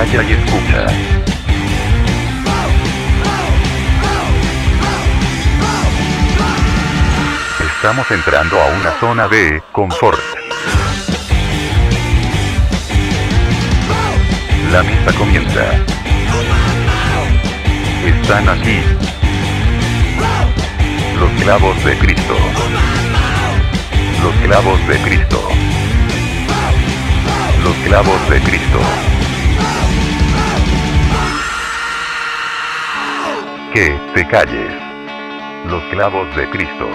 Calla y escucha. Estamos entrando a una zona de confort. La misa comienza. Están aquí los clavos de Cristo. Los clavos de Cristo. Los clavos de Cristo. Que te calles. Los clavos de Cristo.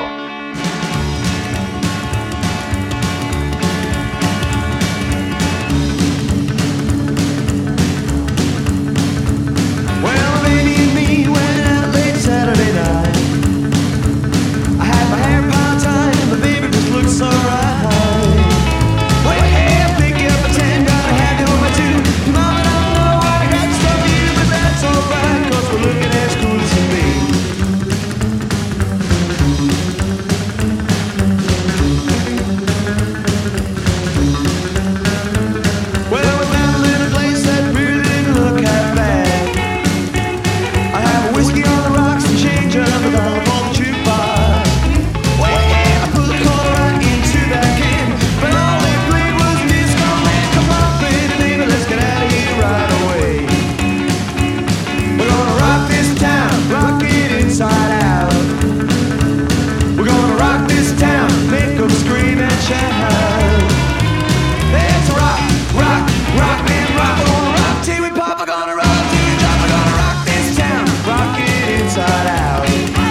Saturday night, I had my hair piled tight and the baby just looked so right. Well, hey, I'll pick you up at 10, gotta have you home at 2. Mama, don't know what I got to stop you, but that's alright, 'cause we're looking as cool as can be. Well, we found a little place that really didn't look half bad. I have a whiskey on the rocks and change up $1 for the jukebox. Well, yeah, I put a quarter right into that can, but all they played was disco man. Come on, baby, baby, let's get out of here right away. We're gonna rock this town, rock it inside out. We're gonna rock this town, make them scream and shout. Let's rock, rock, rock, man, rock. We're gonna rock till we pop, we're gonna rock till we drop. We're gonna rock this town, rock it inside out.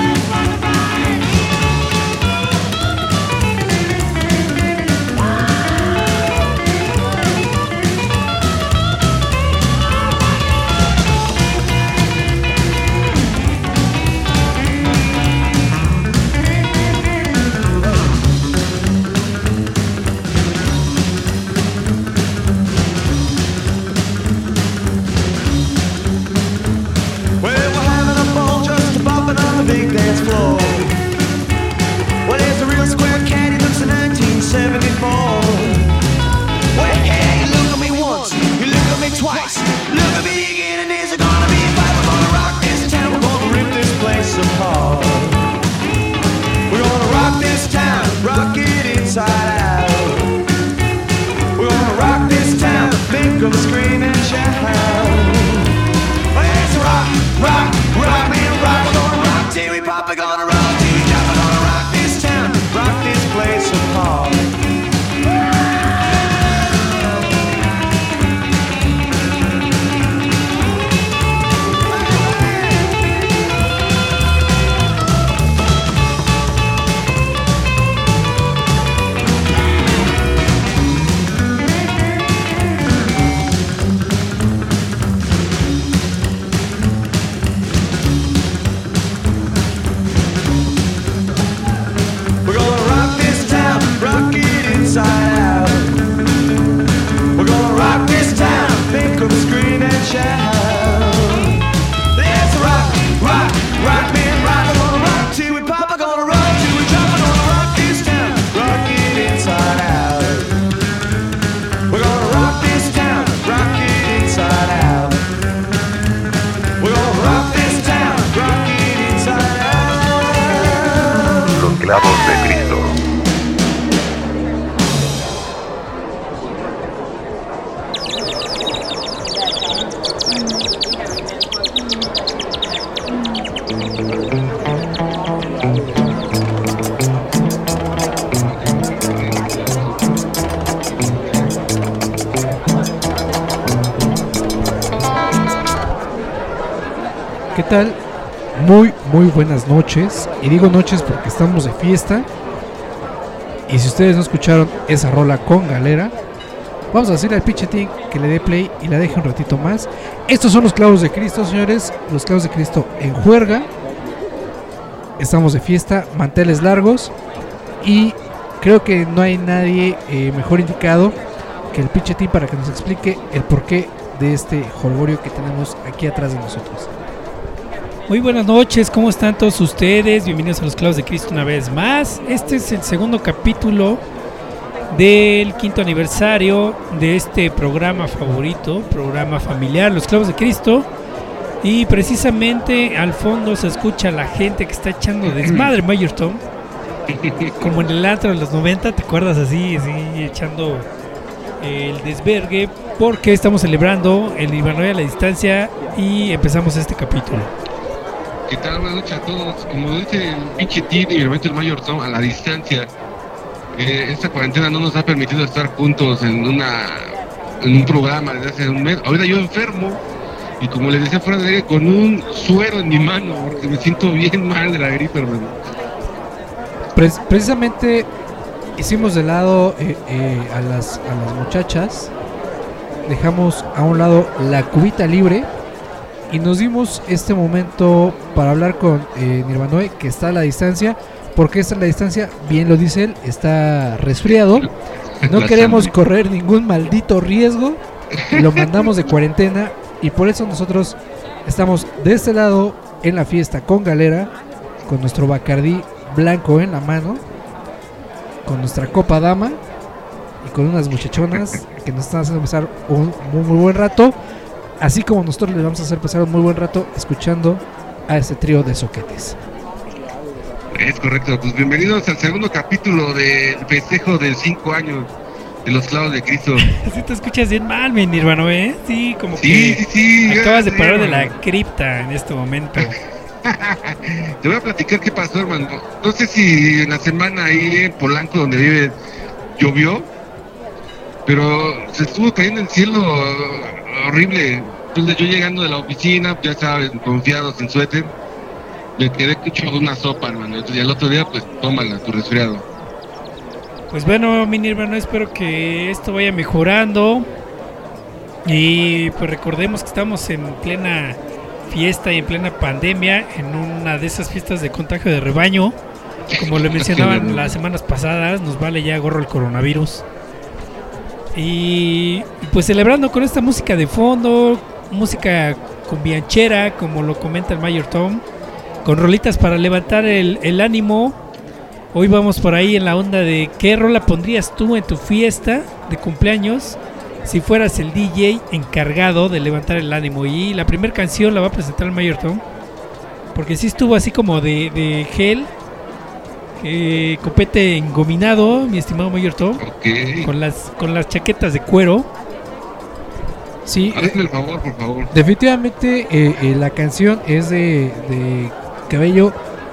Well, we're having a ball just a bopping on the big dance floor. Well, there's a real square cat, he looks at 1974. Well, yeah, you look at me once, you look at me twice, look at me again, and there's gonna be a fight. We're gonna rock this town, we're gonna rip this place apart. We're gonna rock this town, rock it inside out. We're gonna rock this town, make them scream and shout. Let's rock, rock, rock, man, rock. We're gonna rock till we pop, we're gonna rock till we drop. We're gonna rock this town, rock this place apart. We're gonna rock this town, rock it inside out. We're gonna rock this town, make them scream and shout. Let's rock, rock, rock, man, rock. We're gonna rock till we pop, we're gonna rock till we drop. We're gonna rock this town, rock it inside out. We're gonna rock this town, rock it inside out. We're gonna rock this town, rock it inside out. Los clavos de Cristo. ¿Qué tal? Muy buenas noches. Y digo noches porque estamos de fiesta. Y si ustedes no escucharon esa rola con Galera, vamos a decirle al Pichetín que le dé play y la deje un ratito más. Estos son los clavos de Cristo, señores. Los clavos de Cristo en juerga. Estamos de fiesta, manteles largos. Y creo que no hay nadie mejor indicado que el Pichetín para que nos explique el porqué de este jolgorio que tenemos aquí atrás de nosotros. Muy buenas noches, ¿cómo están todos ustedes? Bienvenidos a los Clavos de Cristo una vez más. Este es el segundo capítulo del 5º aniversario de este programa favorito, programa familiar, Los Clavos de Cristo. Y precisamente al fondo se escucha la gente que está echando desmadre, Mayor Tom. Como en el antro de los 90, ¿te acuerdas? Así echando el desvergue, porque estamos celebrando el Nirvanoia a la distancia y empezamos este capítulo. ¿Qué tal? Buenas noches a todos. Como dice el pinche Tid y el Mayor Tom, a la distancia. Esta cuarentena no nos ha permitido estar juntos en un programa desde hace un mes. Ahorita yo enfermo y como les decía fuera de aire, con un suero en mi mano porque me siento bien mal de la gripe, hermano. Precisamente hicimos de lado a las muchachas, dejamos a un lado la cubita libre y nos dimos este momento para hablar con Nirvanoia, que está a la distancia. Porque esta es la distancia, bien lo dice él, está resfriado. No queremos correr ningún maldito riesgo. Lo mandamos de cuarentena y por eso nosotros estamos de este lado en la fiesta con Galera, con nuestro Bacardí blanco en la mano, con nuestra copa dama y con unas muchachonas que nos están haciendo pasar un muy buen rato, así como nosotros les vamos a hacer pasar un muy buen rato escuchando a este trío de soquetes. Es correcto, pues bienvenidos al segundo capítulo del festejo de 5 años de Los Clavos de Cristo. Si te escuchas bien mal, mi Nirvano, ¿eh? Sí, como sí, que sí, acabas de parar de la cripta en este momento. Te voy a platicar qué pasó, hermano. No sé si en la semana ahí en Polanco, donde vive, llovió, pero se estuvo cayendo el cielo horrible. Entonces yo llegando de la oficina, ya sabes, confiado, sin suéter, le quedé hecho una sopa, hermano. Entonces, y al otro día, pues, tómala, tu resfriado. Pues bueno, mi Nirvano, espero que esto vaya mejorando. Y pues recordemos que estamos en plena fiesta y en plena pandemia, en una de esas fiestas de contagio de rebaño. Como le mencionaban las semanas pasadas, nos vale ya gorro el coronavirus. Y pues celebrando con esta música de fondo, música cumbianchera, como lo comenta el Mayor Tom, con rolitas para levantar el ánimo. Hoy vamos por ahí en la onda de qué rola pondrías tú en tu fiesta de cumpleaños si fueras el DJ encargado de levantar el ánimo. Y la primera canción la va a presentar el Mayor Tom, porque sí estuvo así como de gel, copete engominado, mi estimado Mayor Tom, Okay. con las chaquetas de cuero. Sí, Hazme el favor, por favor. definitivamente la canción es de cabello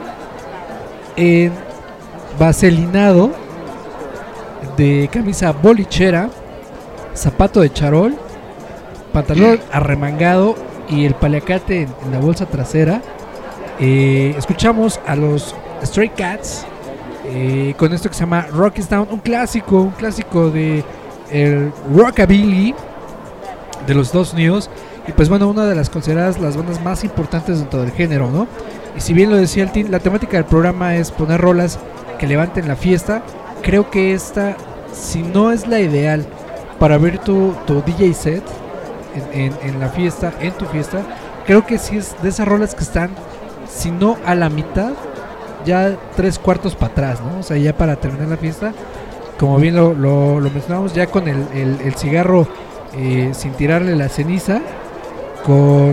vaselinado, de camisa bolichera, zapato de charol, pantalón arremangado y el paliacate en la bolsa trasera. Escuchamos a los Stray Cats con esto que se llama Rock Is Down, un clásico de el rockabilly de los Estados Unidos. Y pues bueno, una de las consideradas las bandas más importantes dentro del género, ¿no? Y si bien lo decía el team, la temática del programa es poner rolas que levanten la fiesta. Creo que esta, si no es la ideal para ver tu DJ set en la fiesta, en tu fiesta, creo que sí es de esas rolas que están, si no a la mitad, ya 3/4 para atrás, ¿no? O sea, ya para terminar la fiesta, como bien lo mencionamos, ya con el cigarro sin tirarle la ceniza, con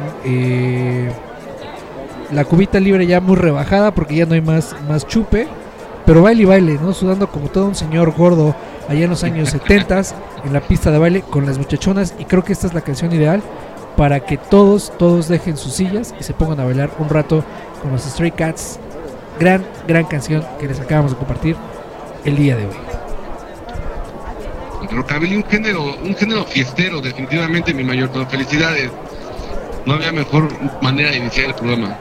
la cubita libre ya muy rebajada porque ya no hay más chupe, pero baile, ¿no? Sudando como todo un señor gordo allá en los años 70 en la pista de baile con las muchachonas. Y creo que esta es la canción ideal para que todos dejen sus sillas y se pongan a bailar un rato con los Stray Cats. Gran canción que les acabamos de compartir el día de hoy. Rockabilly, un género fiestero, definitivamente, mi Mayor Tom. Felicidades. No había mejor manera de iniciar el programa.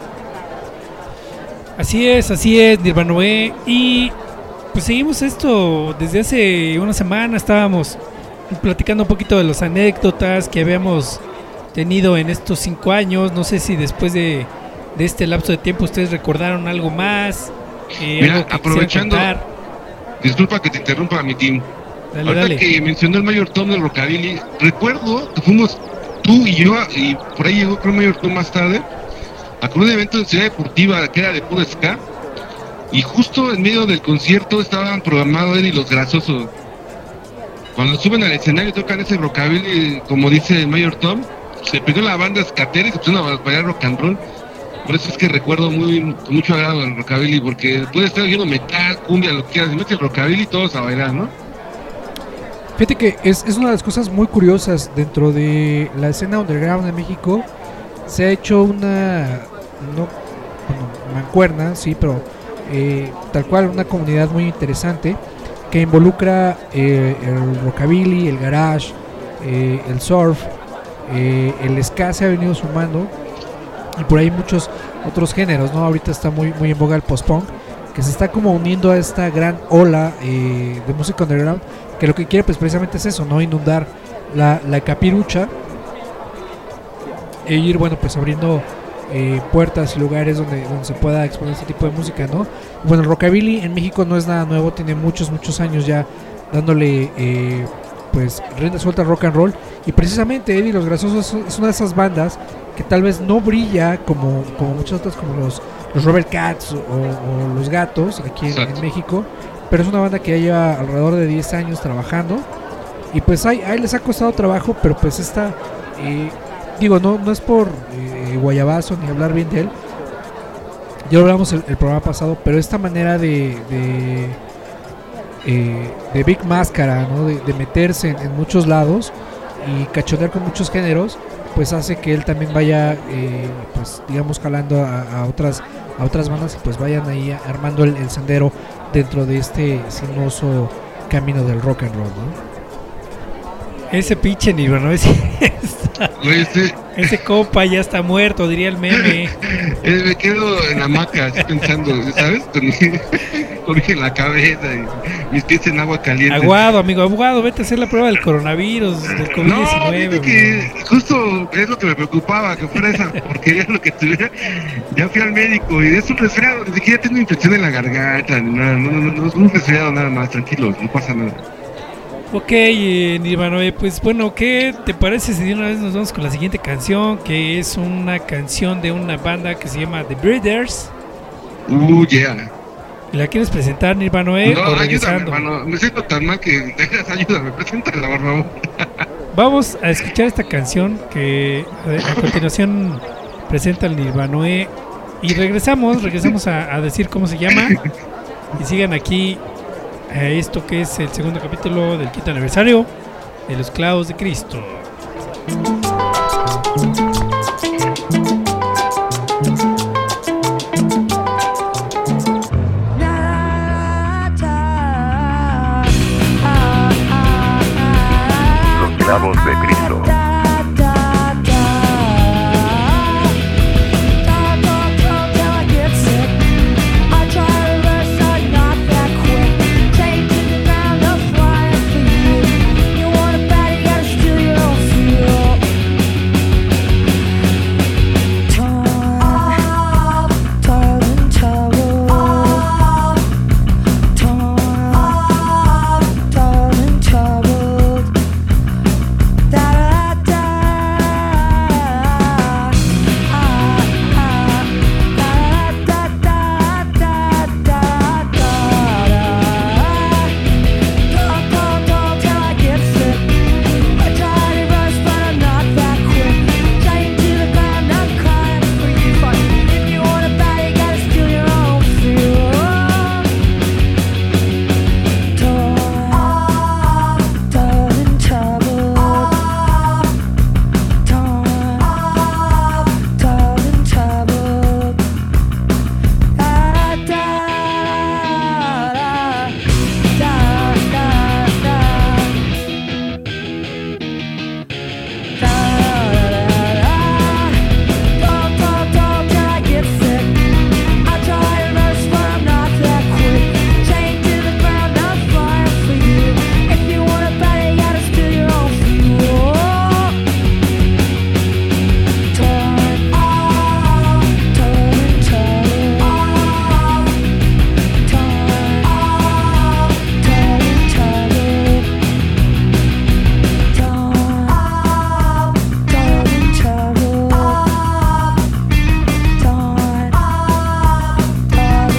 Así es, Nirvanoe. Y pues seguimos esto desde hace una semana. Estábamos platicando un poquito de las anécdotas que habíamos tenido en estos 5 años. No sé si después de este lapso de tiempo ustedes recordaron algo más. Mira, algo que aprovechando, contar. disculpa que te interrumpa, mi team. Dale. Ahorita que mencionó el Mayor Tom del Rockabilly, recuerdo que fuimos tú y yo, y por ahí llegó creo el Mayor Tom más tarde, a un evento en Ciudad Deportiva que era de puro ska, y justo en medio del concierto estaban programados Eddie y los Grasosos. cuando suben al escenario y tocan ese rockabilly, como dice Mayor Tom, se perdió la banda skatera y se pusieron a bailar rock and roll. Por eso es que recuerdo con mucho agrado el rockabilly, porque puede estar oyendo metal, cumbia, lo que quieras, y mete el rockabilly y todos a bailar, ¿no? Fíjate que es una de las cosas muy curiosas dentro de la escena underground de México. Se ha hecho una mancuerna, sí, pero tal cual una comunidad muy interesante que involucra el rockabilly, el garage, el surf, el ska se ha venido sumando y por ahí muchos otros géneros, ¿no? Ahorita está muy en boga el post-punk, que se está como uniendo a esta gran ola de música underground, que lo que quiere pues precisamente es eso, ¿no? Inundar la capirucha e ir, bueno, pues abriendo puertas y lugares donde se pueda exponer este tipo de música, ¿no? Bueno, el rockabilly en México no es nada nuevo, tiene muchos años ya dándole pues rienda suelta al rock and roll, y precisamente Eddie Los Grasosos es una de esas bandas que tal vez no brilla como muchas otras, como los Robert Cats o los Gatos aquí en México, pero es una banda que ya lleva alrededor de 10 años trabajando, y pues ahí les ha costado trabajo, pero pues esta digo, no es por guayabazo ni hablar bien de él, ya lo hablamos el programa pasado, pero esta manera de Big Máscara, ¿no? de meterse en muchos lados y cachonear con muchos géneros, pues hace que él también vaya pues digamos jalando a otras bandas y pues vayan ahí armando el sendero dentro de este sinuoso camino del rock and roll, ¿no? Ese pinche Nirvana, ese compa ya está muerto, diría el meme. Me quedo en la hamaca así pensando, ¿sabes? Con la cabeza y mis pies en agua caliente. Aguado, vete a hacer la prueba del coronavirus, del COVID-19. No, fíjate que justo es lo que me preocupaba, que fuera esa porquería lo que tuviera. Ya fui al médico y es un resfriado, ni siquiera tengo infección en la garganta, no es un resfriado nada más, tranquilo, no pasa nada. Ok, Nirvana, pues bueno, ¿qué te parece si de una vez nos vamos con la siguiente canción? Que es una canción de una banda que se llama The Breeders. Yeah. ¿La quieres presentar, Nirvana? No, o ayúdame, hermano, me siento tan mal que ayúdame, preséntala, por favor. Vamos a escuchar esta canción que a continuación presenta el Nirvana y regresamos a decir cómo se llama y sigan aquí a esto que es el segundo capítulo del quinto aniversario de Los Clavos de Cristo. Los Clavos de Cristo.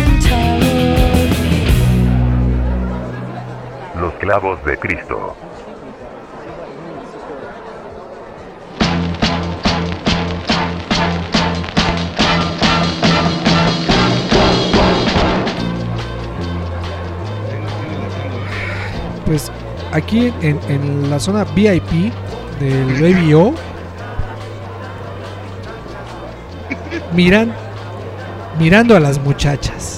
Clavos de Cristo. aquí en la zona VIP del Baby O, mirando a las muchachas.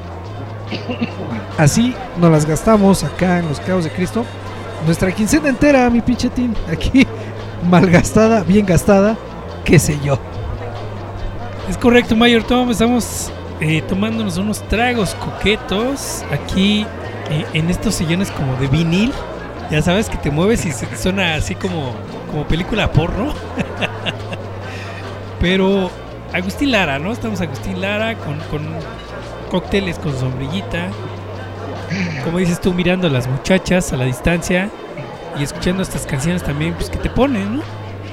Así nos las gastamos acá en los Clavos de Cristo. Nuestra quincena entera, mi pinchetín. Aquí, malgastada, bien gastada, qué sé yo. Es correcto, Mayor Tom. Estamos tomándonos unos tragos coquetos aquí en estos sillones como de vinil. Ya sabes que te mueves y se te suena así como película porno. Pero Agustín Lara, ¿no? Estamos Agustín Lara con cócteles con sombrillita. Como dices tú, mirando a las muchachas a la distancia y escuchando estas canciones también, pues que te ponen, ¿no?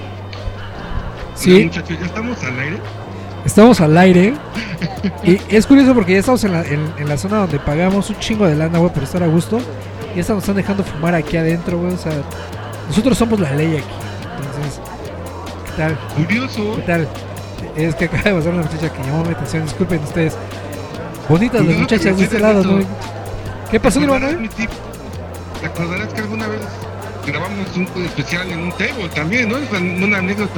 Sí. Muchachos, ¿ya estamos al aire? Estamos al aire. Y es curioso porque ya estamos en la zona donde pagamos un chingo de lana, güey, por estar a gusto. Y ya nos están dejando fumar aquí adentro, güey. O sea, nosotros somos la ley aquí. Entonces, ¿qué tal? Curioso. ¿Qué tal? Es que acaba de pasar una muchacha que llamó mi atención. Disculpen ustedes. Bonitas las muchachas de este lado, ¿no? ¿Qué pasó, mi hermano? ¿Te acordarás que alguna vez grabamos un especial en un table también, no? Es una anécdota.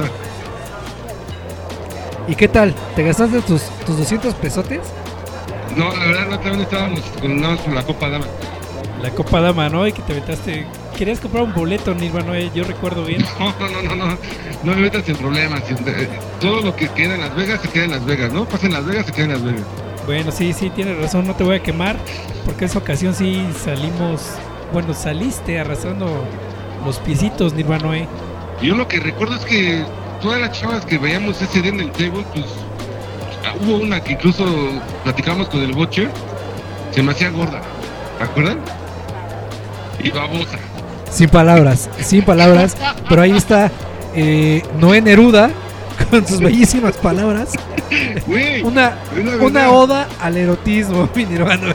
¿Y qué tal? ¿Te gastaste tus 200 pesotes? No, la verdad, no, también estábamos con la Copa Dama. La Copa Dama, ¿no? Y que te aventaste. Querías comprar un boleto, Nirvana, yo recuerdo bien. No me metas en problemas. Todo lo que queda en Las Vegas se queda en Las Vegas, ¿no? Pasa en Las Vegas, se queda en Las Vegas. Bueno, sí, tienes razón, no te voy a quemar, porque esa ocasión sí saliste arrastrando los piecitos, Nirvana. Yo lo que recuerdo es que todas las chavas que veíamos ese día en el table, pues hubo una que incluso platicamos con el Butcher, se me hacía gorda, ¿te acuerdan? Y babosa. Sin palabras, pero ahí está Noé Neruda con sus bellísimas palabras. Güey, Una oda al erotismo, mi Nirvana.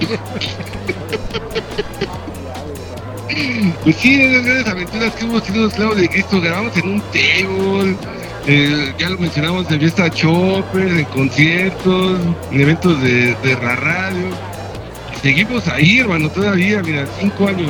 Pues sí, esas grandes aventuras que hemos tenido los Clavos de Cristo, grabamos en un table, ya lo mencionamos en fiesta chopper, en conciertos, en eventos de la radio. Y seguimos ahí, hermano, todavía, mira, 5 años.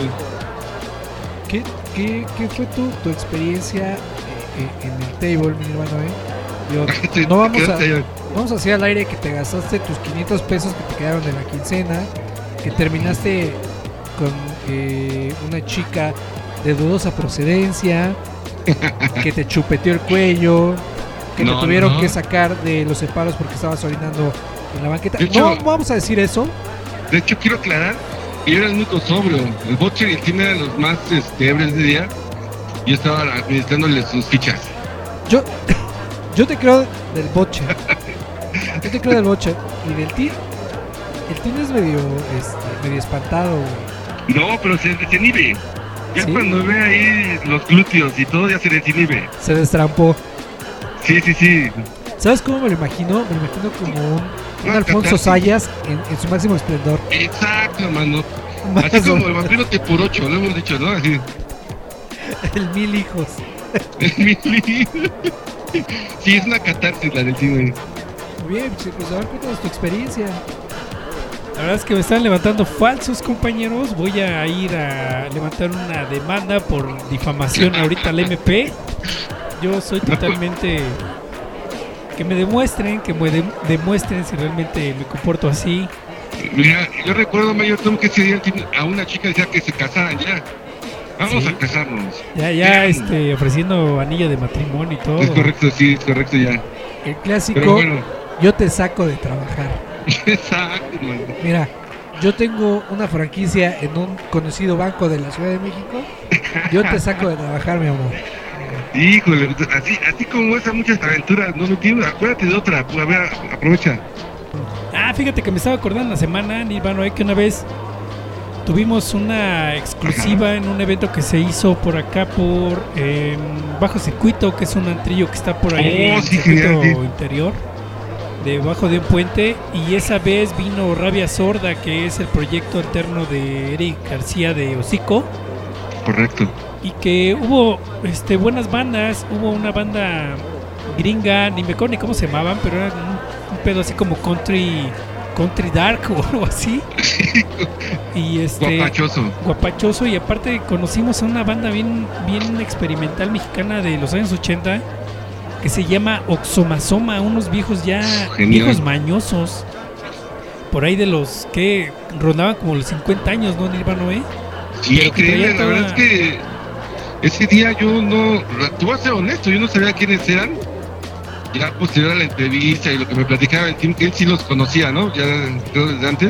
¿Qué fue tu experiencia en el table, mi hermano? No vamos a hacer al aire que te gastaste tus 500 pesos que te quedaron de la quincena, que terminaste con una chica de dudosa procedencia, que te chupeteó el cuello, que te tuvieron que sacar de los separos porque estabas orinando en la banqueta. De hecho, no vamos a decir eso. De hecho, quiero aclarar que yo era el único sobrio. El Butcher y el Tim eran los más ebrios de día. Yo estaba administrándole sus fichas. Yo te creo del Butcher. Y del Tim. El Tim es medio espantado, güey. No, pero se desinhibe. Ya ¿Sí? Cuando ve ahí los glúteos y todo, ya se desinhibe. Se destrampó. Sí. ¿Sabes cómo me lo imagino? Me lo imagino como un Alfonso catarsis. Sayas en su máximo esplendor. Exacto, hermano. Más Así o como el menos. vampiro te por 8, lo hemos dicho, ¿no? Así. El 1000 hijos. Sí, es una catarsis la del cine. Muy bien, pues a ver, cuéntanos tu experiencia. La verdad es que me están levantando falsos, compañeros. Voy a ir a levantar una demanda por difamación ahorita al MP. Yo soy totalmente... Que me demuestren si realmente me comporto así. Mira, yo recuerdo, Mayor Tom, que ese día a una chica decía que se casaran ya. Vamos Sí. a casarnos. Ya ofreciendo anillo de matrimonio y todo. Es correcto, sí, es correcto ya. El clásico, Pero bueno, yo te saco de trabajar. exacto, man. Mira, yo tengo una franquicia en un conocido banco de la Ciudad de México. Yo te saco de trabajar, mi amor. Híjole, así como esas muchas aventuras, no me entiendo. Acuérdate de otra, pues, a ver, aprovecha. Fíjate que me estaba acordando la semana, Nirvana, que una vez tuvimos una exclusiva en un evento que se hizo por acá por Bajo Circuito, que es un antrillo que está por ahí en el sí, circuito genial, sí. interior, debajo de un puente, y esa vez vino Rabia Sorda, que es el proyecto alterno de Eric García de Hocico, Correcto. y que hubo buenas bandas. Hubo una banda gringa, ni me acuerdo ni cómo se llamaban, pero era un pedo así como country country dark o algo así. Y guapachoso, y aparte conocimos a una banda bien experimental mexicana de los años 80 que se llama Oxomazoma, unos viejos ya viejos mañosos, por ahí de los que rondaban como los 50 años, ¿no, Nirvana? Sí, increíble, la verdad es que ese día yo no, te voy a ser honesto, yo no sabía quiénes eran. Ya posterior a la entrevista y lo que me platicaba el team, que él sí los conocía, ¿no? Ya creo desde antes.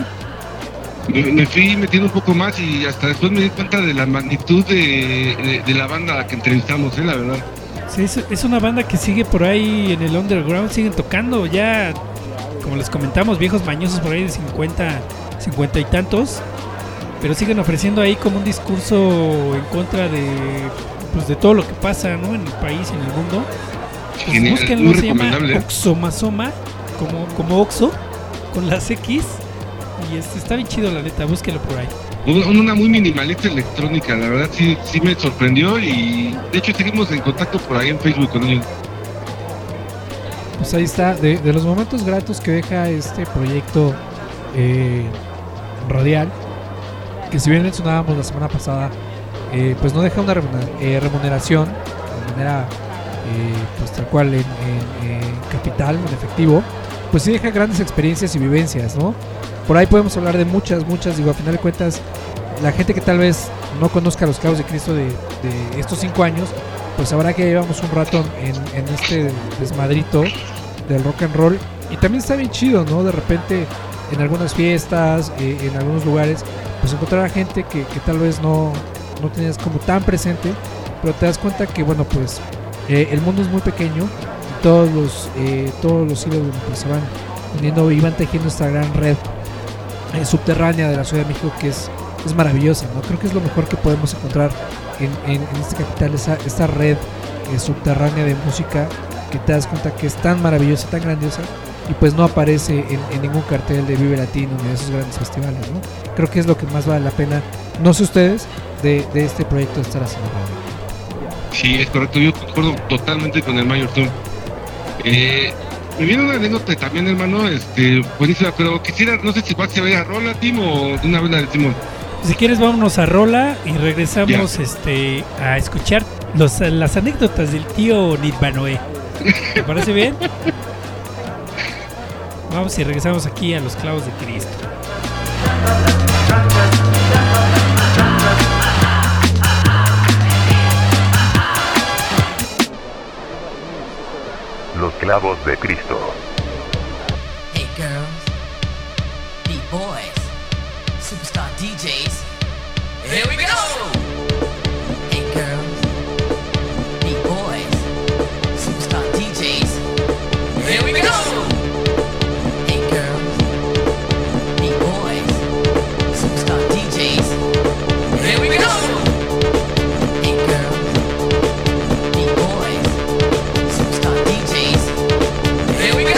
Me fui metiendo un poco más y hasta después me di cuenta de la magnitud de la banda a la que entrevistamos, la verdad. Sí, es una banda que sigue por ahí en el underground, siguen tocando ya, como les comentamos, viejos mañosos por ahí de 50 y tantos, pero siguen ofreciendo ahí como un discurso en contra de todo lo que pasa, ¿no? En el país y en el mundo. Pues búsquenlo, se llama Oxomazoma, como Oxo, con las X, y está bien chido, la neta, búsquenlo por ahí. Una muy minimalista electrónica, la verdad sí me sorprendió, y de hecho seguimos en contacto por ahí en Facebook con ellos. Pues ahí está, de los momentos gratos que deja este proyecto radial, que si bien mencionábamos la semana pasada, pues no deja una remuneración de manera pues tal cual en capital, en efectivo, pues sí deja grandes experiencias y vivencias, ¿no? Por ahí podemos hablar de muchas, digo, a final de cuentas, la gente que tal vez no conozca los Clavos de Cristo de estos 5 años, pues sabrá que llevamos un rato en este desmadrito del rock and roll, y también está bien chido, ¿no? De repente en algunas fiestas, en algunos lugares, pues encontrar a gente que tal vez no tenías como tan presente, pero te das cuenta que, bueno, pues el mundo es muy pequeño y todos los hilos pues, se van uniendo y van tejiendo esta gran red subterránea de la Ciudad de México, que es maravillosa, ¿no? Creo que es lo mejor que podemos encontrar en este capital, esta red subterránea de música, que te das cuenta que es tan maravillosa, tan grandiosa, y pues no aparece en ningún cartel de Vive Latino ni de esos grandes festivales, ¿no? Creo que es lo que más vale la pena, no sé ustedes, de este proyecto de estar haciendo radio. Sí, es correcto, yo concuerdo totalmente con el Mayor Tom. Me viene una anécdota también, hermano, buenísima, pero quisiera, no sé si vas a ver a Rola, Tim, o de una vez la decimos. Si quieres, vámonos a Rola y regresamos a escuchar las anécdotas del tío Nirvanoé. ¿Te parece bien? Vamos y regresamos aquí a Los Clavos de Cristo. Los Clavos de Cristo. Hey girls, beat boys, superstar DJs. Here we go. Hey girls, beat boys, superstar DJs. Here we go. Hey girls, beat boys, superstar DJs. Here we go. Hey girls, beat boys, superstar DJs. Here we go.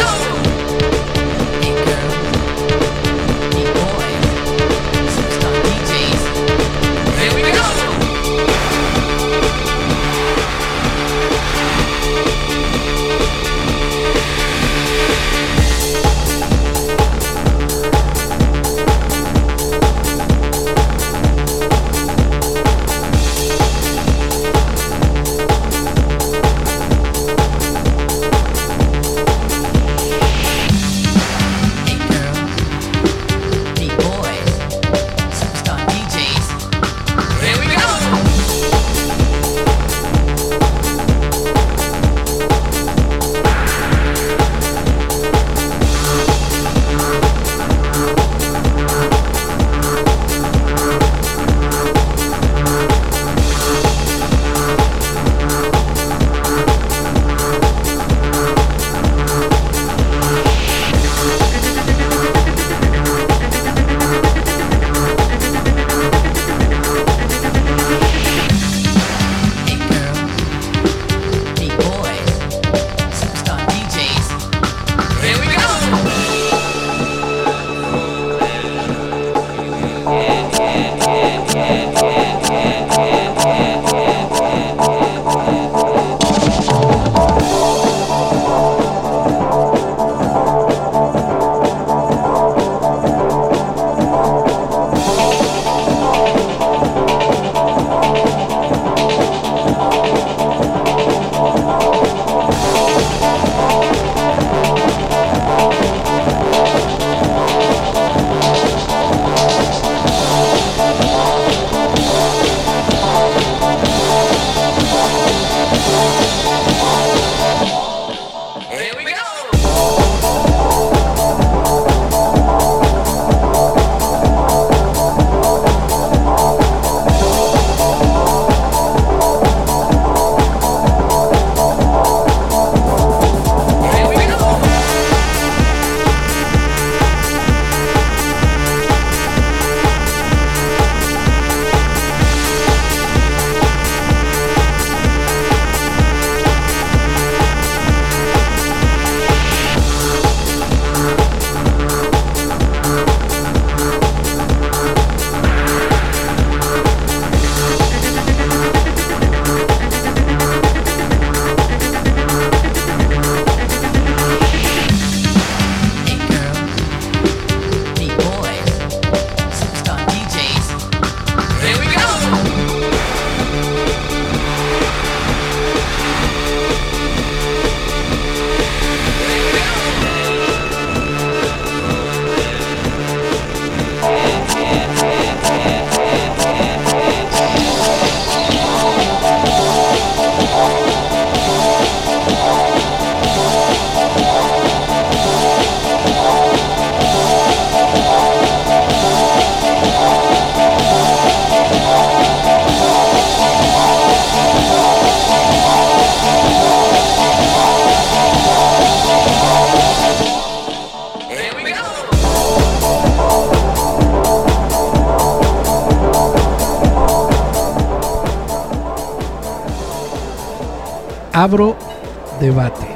abro debate.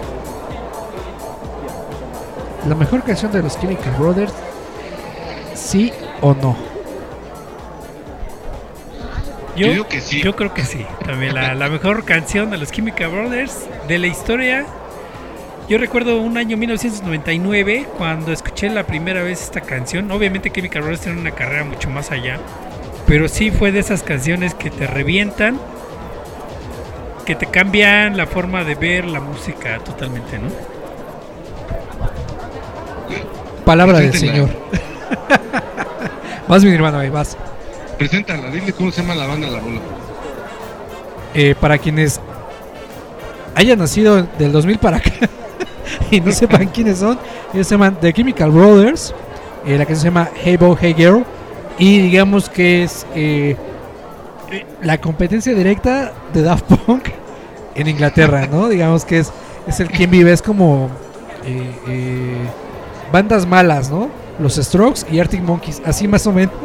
¿La mejor canción de los Chemical Brothers? ¿Sí o no? Yo digo que sí. Yo creo que sí. También la mejor canción de los Chemical Brothers de la historia. Yo recuerdo un año 1999 cuando escuché la primera vez esta canción. Obviamente Chemical Brothers tiene una carrera mucho más allá, pero sí fue de esas canciones que te revientan, que te cambian la forma de ver la música totalmente, ¿no? Palabra del Preséntenla. señor. Vas, mi hermano, ahí vas. Preséntala, dile cómo se llama la banda, la rola. Para quienes hayan nacido del 2000 para acá y no sepan quiénes son, ellos se llaman The Chemical Brothers. La canción se llama Hey Bo, Hey Girl. Y digamos que es la competencia directa de Daft Punk en Inglaterra, ¿no? Digamos que es el quien vive, es como bandas malas, ¿no? Los Strokes y Arctic Monkeys, así más o menos.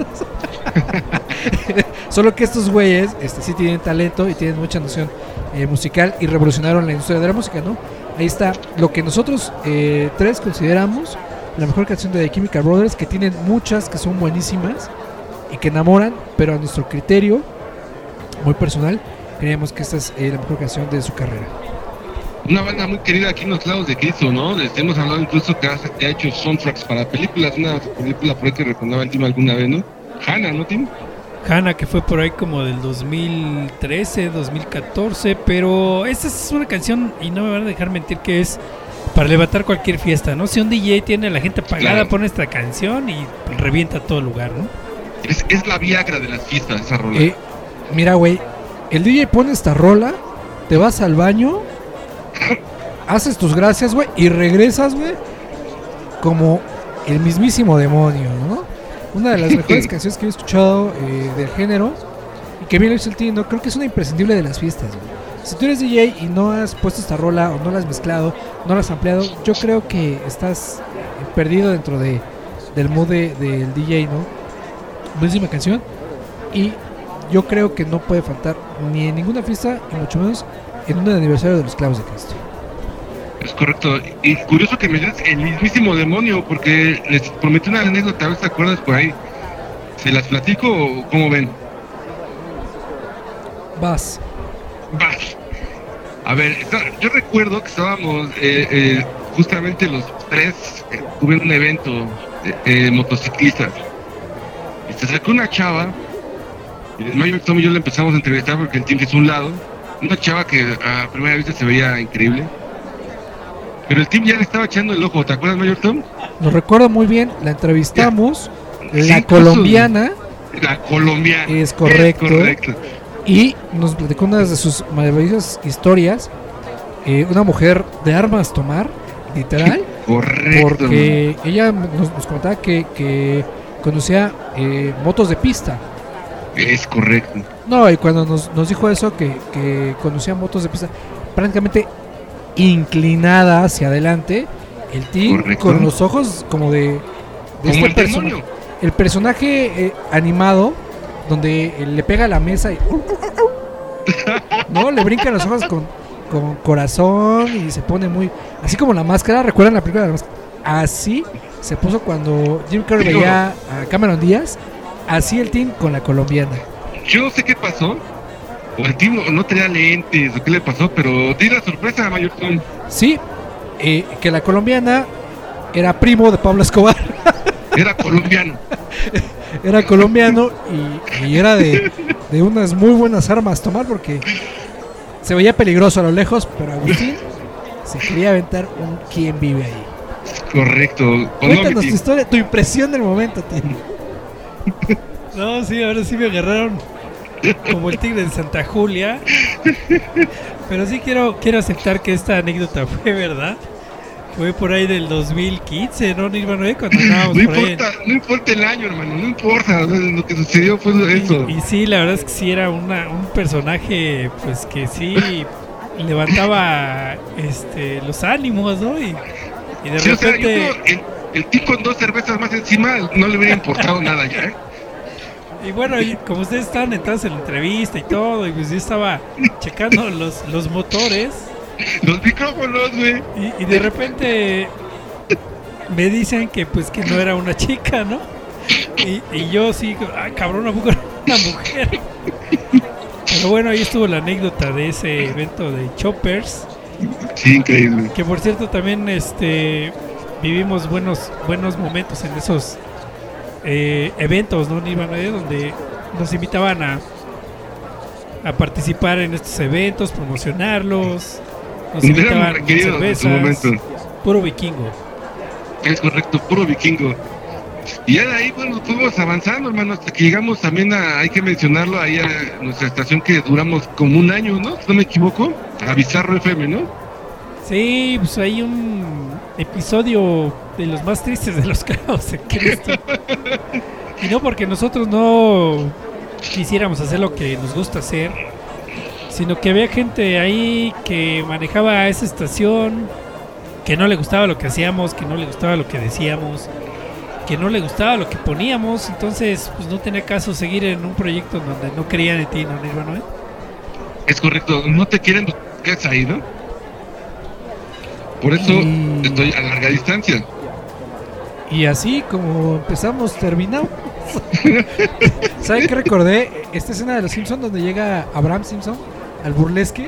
Solo que estos güeyes sí tienen talento y tienen mucha noción musical y revolucionaron la industria de la música, ¿no? Ahí está lo que nosotros tres consideramos la mejor canción de The Chemical Brothers, que tienen muchas que son buenísimas y que enamoran, pero a nuestro criterio muy personal creemos que esta es la mejor canción de su carrera. Una banda muy querida aquí en los lados de Cristo, ¿no? Hemos hablado incluso que ha hecho soundtracks para películas. Una película por ahí que recordaba el Tim alguna vez, ¿no? Hannah, ¿no, Tim? Hannah, que fue por ahí como del 2013, 2014, pero esta es una canción, y no me van a dejar mentir, que es para levantar cualquier fiesta, ¿no? Si un DJ tiene a la gente apagada, Claro. pone esta canción y revienta todo el lugar, ¿no? Es la Viagra de las fiestas, esa rola. Mira, güey, el DJ pone esta rola, te vas al baño, haces tus gracias, güey, y regresas, güey, como el mismísimo demonio, ¿no? Una de las mejores canciones que he escuchado del género, y que bien lo hizo el tío, ¿no? Creo que es una imprescindible de las fiestas, güey. Si tú eres DJ y no has puesto esta rola, o no la has mezclado, no la has ampliado, yo creo que estás perdido dentro del mood del DJ, ¿no? Buenísima canción, y yo creo que no puede faltar ni en ninguna fiesta, y mucho menos en un aniversario de los Clavos de Cristo. Es correcto. Y curioso que me digas el mismísimo demonio, porque les prometí una anécdota, a ver si te acuerdas por ahí. ¿Se las platico o cómo ven? Vas. Vas. A ver, yo recuerdo que estábamos justamente los tres, tuve un evento motociclistas. Y se acercó una chava, y el Mayor Tom y yo le empezamos a entrevistar porque el team es un lado. Una chava que a primera vista se veía increíble. Pero el team ya le estaba echando el ojo, ¿te acuerdas, Mayor Tom? Lo recuerdo muy bien, la entrevistamos, Sí, la incluso colombiana, La colombiana. Es correcto. Es correcto. y nos platicó una de sus maravillosas historias. Una mujer de armas tomar, literal, Correcto. porque ella nos comentaba que conocía motos de pista. Es correcto. No, y cuando nos dijo eso, que conocía motos de pista prácticamente inclinada hacia adelante, el team Correcto. con los ojos como de Como el personaje. demonio. El personaje animado, donde le pega a la mesa y no, le brincan los ojos con corazón y se pone muy... Así como La Máscara, ¿recuerdan la película de La Máscara? Así se puso cuando Jim Carrey Digo, veía a Cameron Díaz, así el team con la colombiana. Yo no sé qué pasó. O el team no tenía lentes o qué le pasó, pero di la sorpresa, Mayor Tom. Sí, que la colombiana era primo de Pablo Escobar. Era colombiano. Era colombiano y era de unas muy buenas armas tomar, porque se veía peligroso a lo lejos, pero Agustín se quería aventar un ¿quién vive ahí? Correcto. Cuéntanos tu historia, tu impresión del momento, tío. No, sí, ahora sí me agarraron como el tigre de Santa Julia. Pero sí quiero aceptar que esta anécdota fue verdad. Fue por ahí del 2015, ¿no, Nirvana? Cuando andábamos No por ahí. importa, no importa el año, hermano, no importa. Lo que sucedió fue eso. Y sí, la verdad es que sí era un personaje, pues que sí levantaba los ánimos, ¿no? Y de Sí, o sea, yo repente... creo el tipo con 2 cervezas más encima no le hubiera importado nada ya, ¿eh? Y bueno, y como ustedes estaban entrados en la entrevista y todo, y pues yo estaba checando los motores, Los micrófonos, güey. Y de repente me dicen que pues que no era una chica, ¿no? Y yo sí, ay cabrón, ¿a poco era una mujer? Pero bueno, ahí estuvo la anécdota de ese evento de Choppers. Sí, increíble. Que por cierto también vivimos buenos momentos en esos eventos, ¿no, Nirvana? Donde nos invitaban a participar en estos eventos, promocionarlos. Nos Éramos invitaban requeridos en su momento. puro vikingo. Es correcto, puro vikingo. Y ya de ahí, bueno, fuimos avanzando, hermano, hasta que llegamos también hay que mencionarlo, ahí a nuestra estación que duramos como un año, ¿no? Si no me equivoco, a Bizarro FM, ¿no? Sí, pues hay un episodio de los más tristes de los clavos en Cristo. Y no porque nosotros no quisiéramos hacer lo que nos gusta hacer, sino que había gente ahí que manejaba esa estación, que no le gustaba lo que hacíamos, que no le gustaba lo que decíamos, que no le gustaba lo que poníamos, entonces pues no tenía caso seguir en un proyecto donde no creían en ti, ¿no, Nirvana? Es correcto, no te quieren buscar ahí, ¿no? Por eso estoy a larga distancia. Y así como empezamos, terminamos. ¿Saben qué recordé? Esta escena de los Simpsons donde llega Abraham Simpson al burlesque.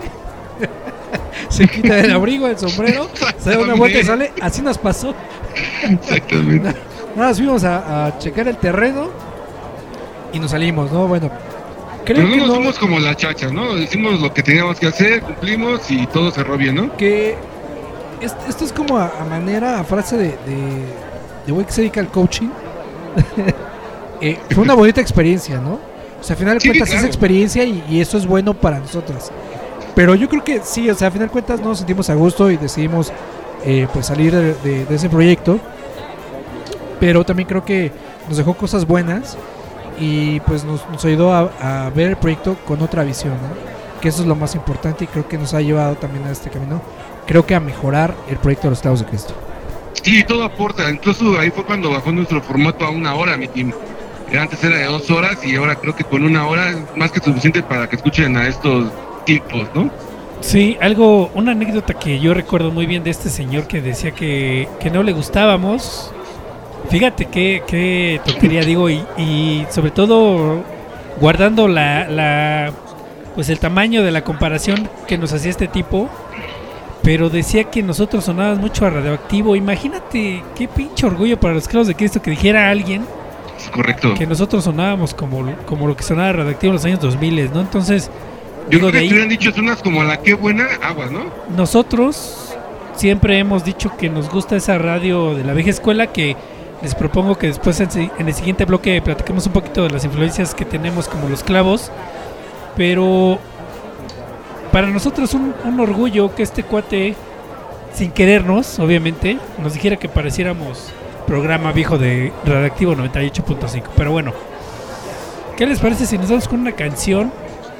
Se quita el abrigo, el sombrero, se da una vuelta y sale. Así nos pasó. Exactamente. Nada, nos fuimos a checar el terreno y nos salimos, ¿no? Bueno, creo Pero no que nos no, fuimos como la chacha, ¿no? Hicimos lo que teníamos que hacer, cumplimos y todo cerró bien, ¿no? que esto es como a manera, a frase de güey que se dedica al coaching. Fue una bonita experiencia, ¿no? O sea, al final de Sí, cuentas claro. es experiencia y eso es bueno para nosotras. Pero yo creo que sí, o sea, al final de cuentas nos sentimos a gusto y decidimos pues salir de ese proyecto. Pero también creo que nos dejó cosas buenas y pues nos ayudó a ver el proyecto con otra visión, ¿no? Que eso es lo más importante y creo que nos ha llevado también a este camino. Creo que a mejorar el proyecto de los Clavos de Cristo. Sí, todo aporta. Incluso ahí fue cuando bajó nuestro formato a 1 hora, mi team. Antes era de 2 horas y ahora creo que con 1 hora es más que suficiente para que escuchen a estos tipos, ¿no? Sí, una anécdota que yo recuerdo muy bien de este señor que decía que no le gustábamos. Fíjate qué tontería digo y sobre todo guardando pues el tamaño de la comparación que nos hacía este tipo, pero decía que nosotros sonábamos mucho a Radioactivo. Imagínate qué pinche orgullo para los Clavos de Cristo que dijera alguien Es correcto. que nosotros sonábamos como lo que sonaba Radioactivo en los años 2000, ¿no? Entonces, Yo digo, creo que de ahí, te hubieran dicho unas como la qué buena agua, ¿no? nosotros siempre hemos dicho que nos gusta esa radio de la vieja escuela, que les propongo que después en el siguiente bloque platiquemos un poquito de las influencias que tenemos como los Clavos. Pero para nosotros un orgullo que este cuate, sin querernos, obviamente, nos dijera que pareciéramos programa viejo de Radioactivo 98.5. Pero bueno, ¿qué les parece si nos vamos con una canción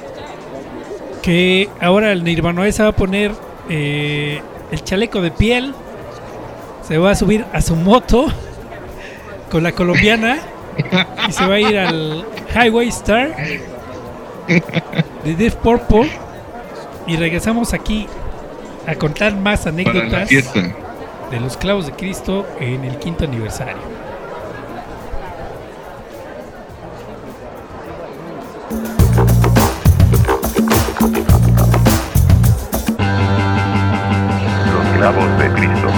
que ahora el Nirvana se va a poner el chaleco de piel, se va a subir a su moto con la colombiana y se va a ir al Highway Star de Deep Purple y regresamos aquí a contar más Para la anécdotas fiesta. de los Clavos de Cristo en el 5º aniversario. Los Clavos de Cristo.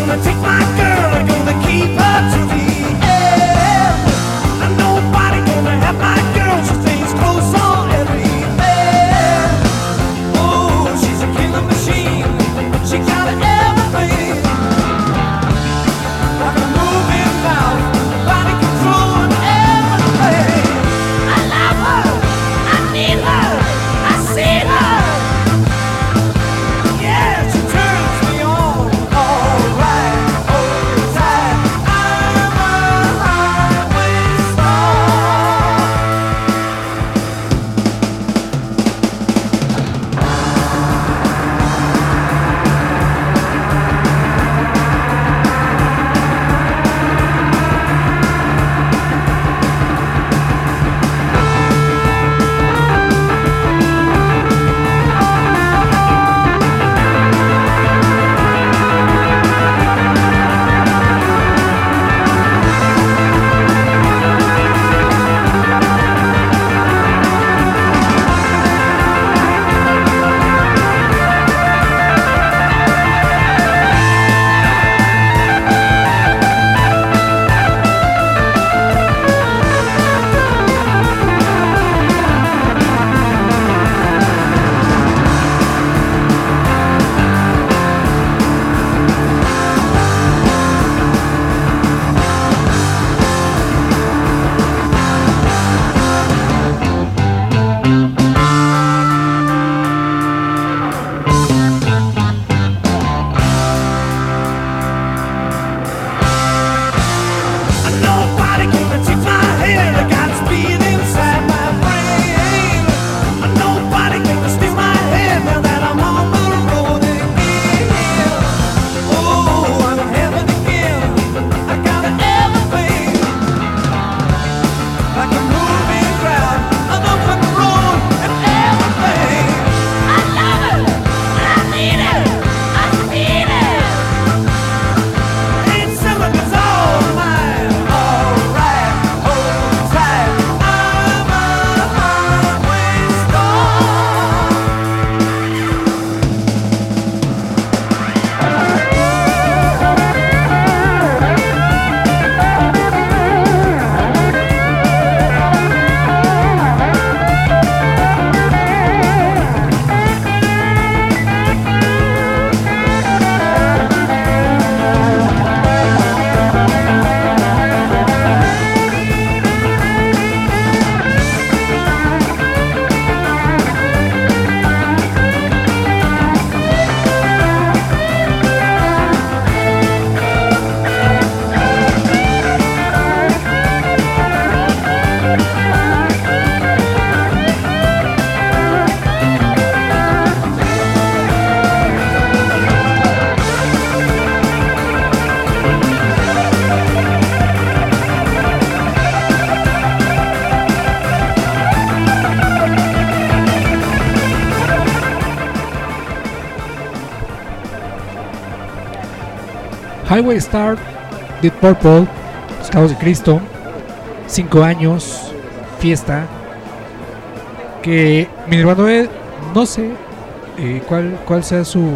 gonna take my girl, I'm gonna keep her to the end. And nobody gonna have my girl, she stays close on everything. Oh, she's a killer machine, she got everything. Like a moving mouth, body control and everything. I love her, I need her, I see her. Yeah, she turns me on, alright, all the time. I'm a highway star. Nobody gonna take my head, I got speed inside my brain. Nobody gonna steal my head now that I'm on the road again. Oh, I'm heaven again, I got everything. Like a moving crowd, an open road and everything. I love it, I need it, I need it. Ain't cylinders all mine, alright, hold tight. I'm a highway star. Highway Star, Deep Purple, Los Clavos de Cristo, 5 años, fiesta. Que mi hermano no sé cuál sea su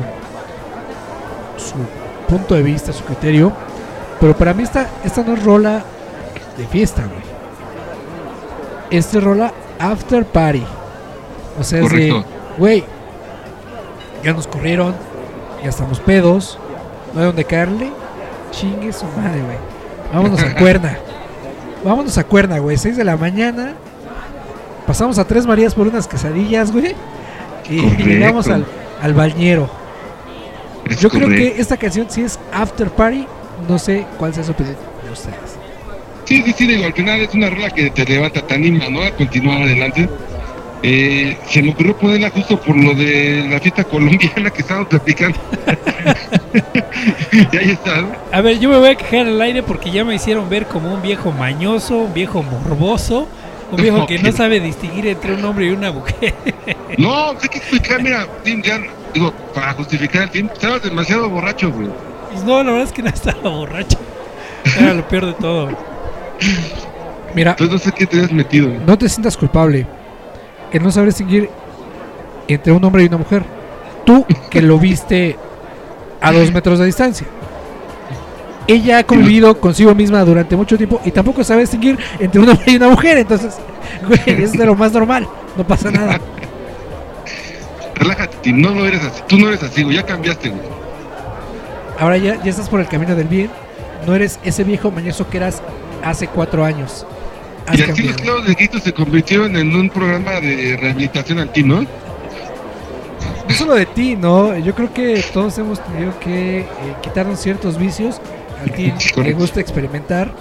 punto de vista, su criterio, pero para mí esta no es rola de fiesta, güey. Esta es rola after party. O sea, es de, Correcto. güey, ya nos corrieron, ya estamos pedos, no hay donde caerle, chingue su madre, güey. Vámonos a Cuerna. Vámonos a Cuerna, güey. 6 de la mañana. Pasamos a Tres Marías por unas quesadillas, güey. Y Correcto. llegamos al bañero. Es Yo creo correcto. que esta canción sí es after party. No sé cuál sea su opinión de ustedes. Sí, digo, al final es una rola que te levanta, te anima, ¿no? A continuar adelante. Se me ocurrió ponerla justo por lo de la fiesta colombiana que estábamos platicando. Y ahí está, ¿no? A ver, yo me voy a quejar al aire porque ya me hicieron ver como un viejo mañoso, un viejo morboso, un viejo que no sabe distinguir entre un hombre y una mujer. No, hay que explicar, mira, Tim, ya, digo, para justificar el fin, estabas demasiado borracho, güey. Pues no, la verdad es que no estaba borracho. Era lo peor de todo. Mira, Entonces no sé qué te has metido. no te sientas culpable en no saber distinguir entre un hombre y una mujer. Tú que lo viste a 2 metros de distancia. ella ha convivido consigo misma durante mucho tiempo y tampoco sabe distinguir entre un hombre y una mujer. Entonces, güey, es de lo más normal, no pasa nada. Relájate, no eres así, tú no eres así, güey, ya cambiaste, güey. Ahora ya estás por el camino del bien. No eres ese viejo mañoso que eras hace 4 años. Has Y así los cambiado. clavos de Quito se convirtieron en un programa de rehabilitación a ti, ¿no? No solo de ti, ¿no? Yo creo que todos hemos tenido que quitarnos ciertos vicios. A ti le Correcto. gusta experimentar.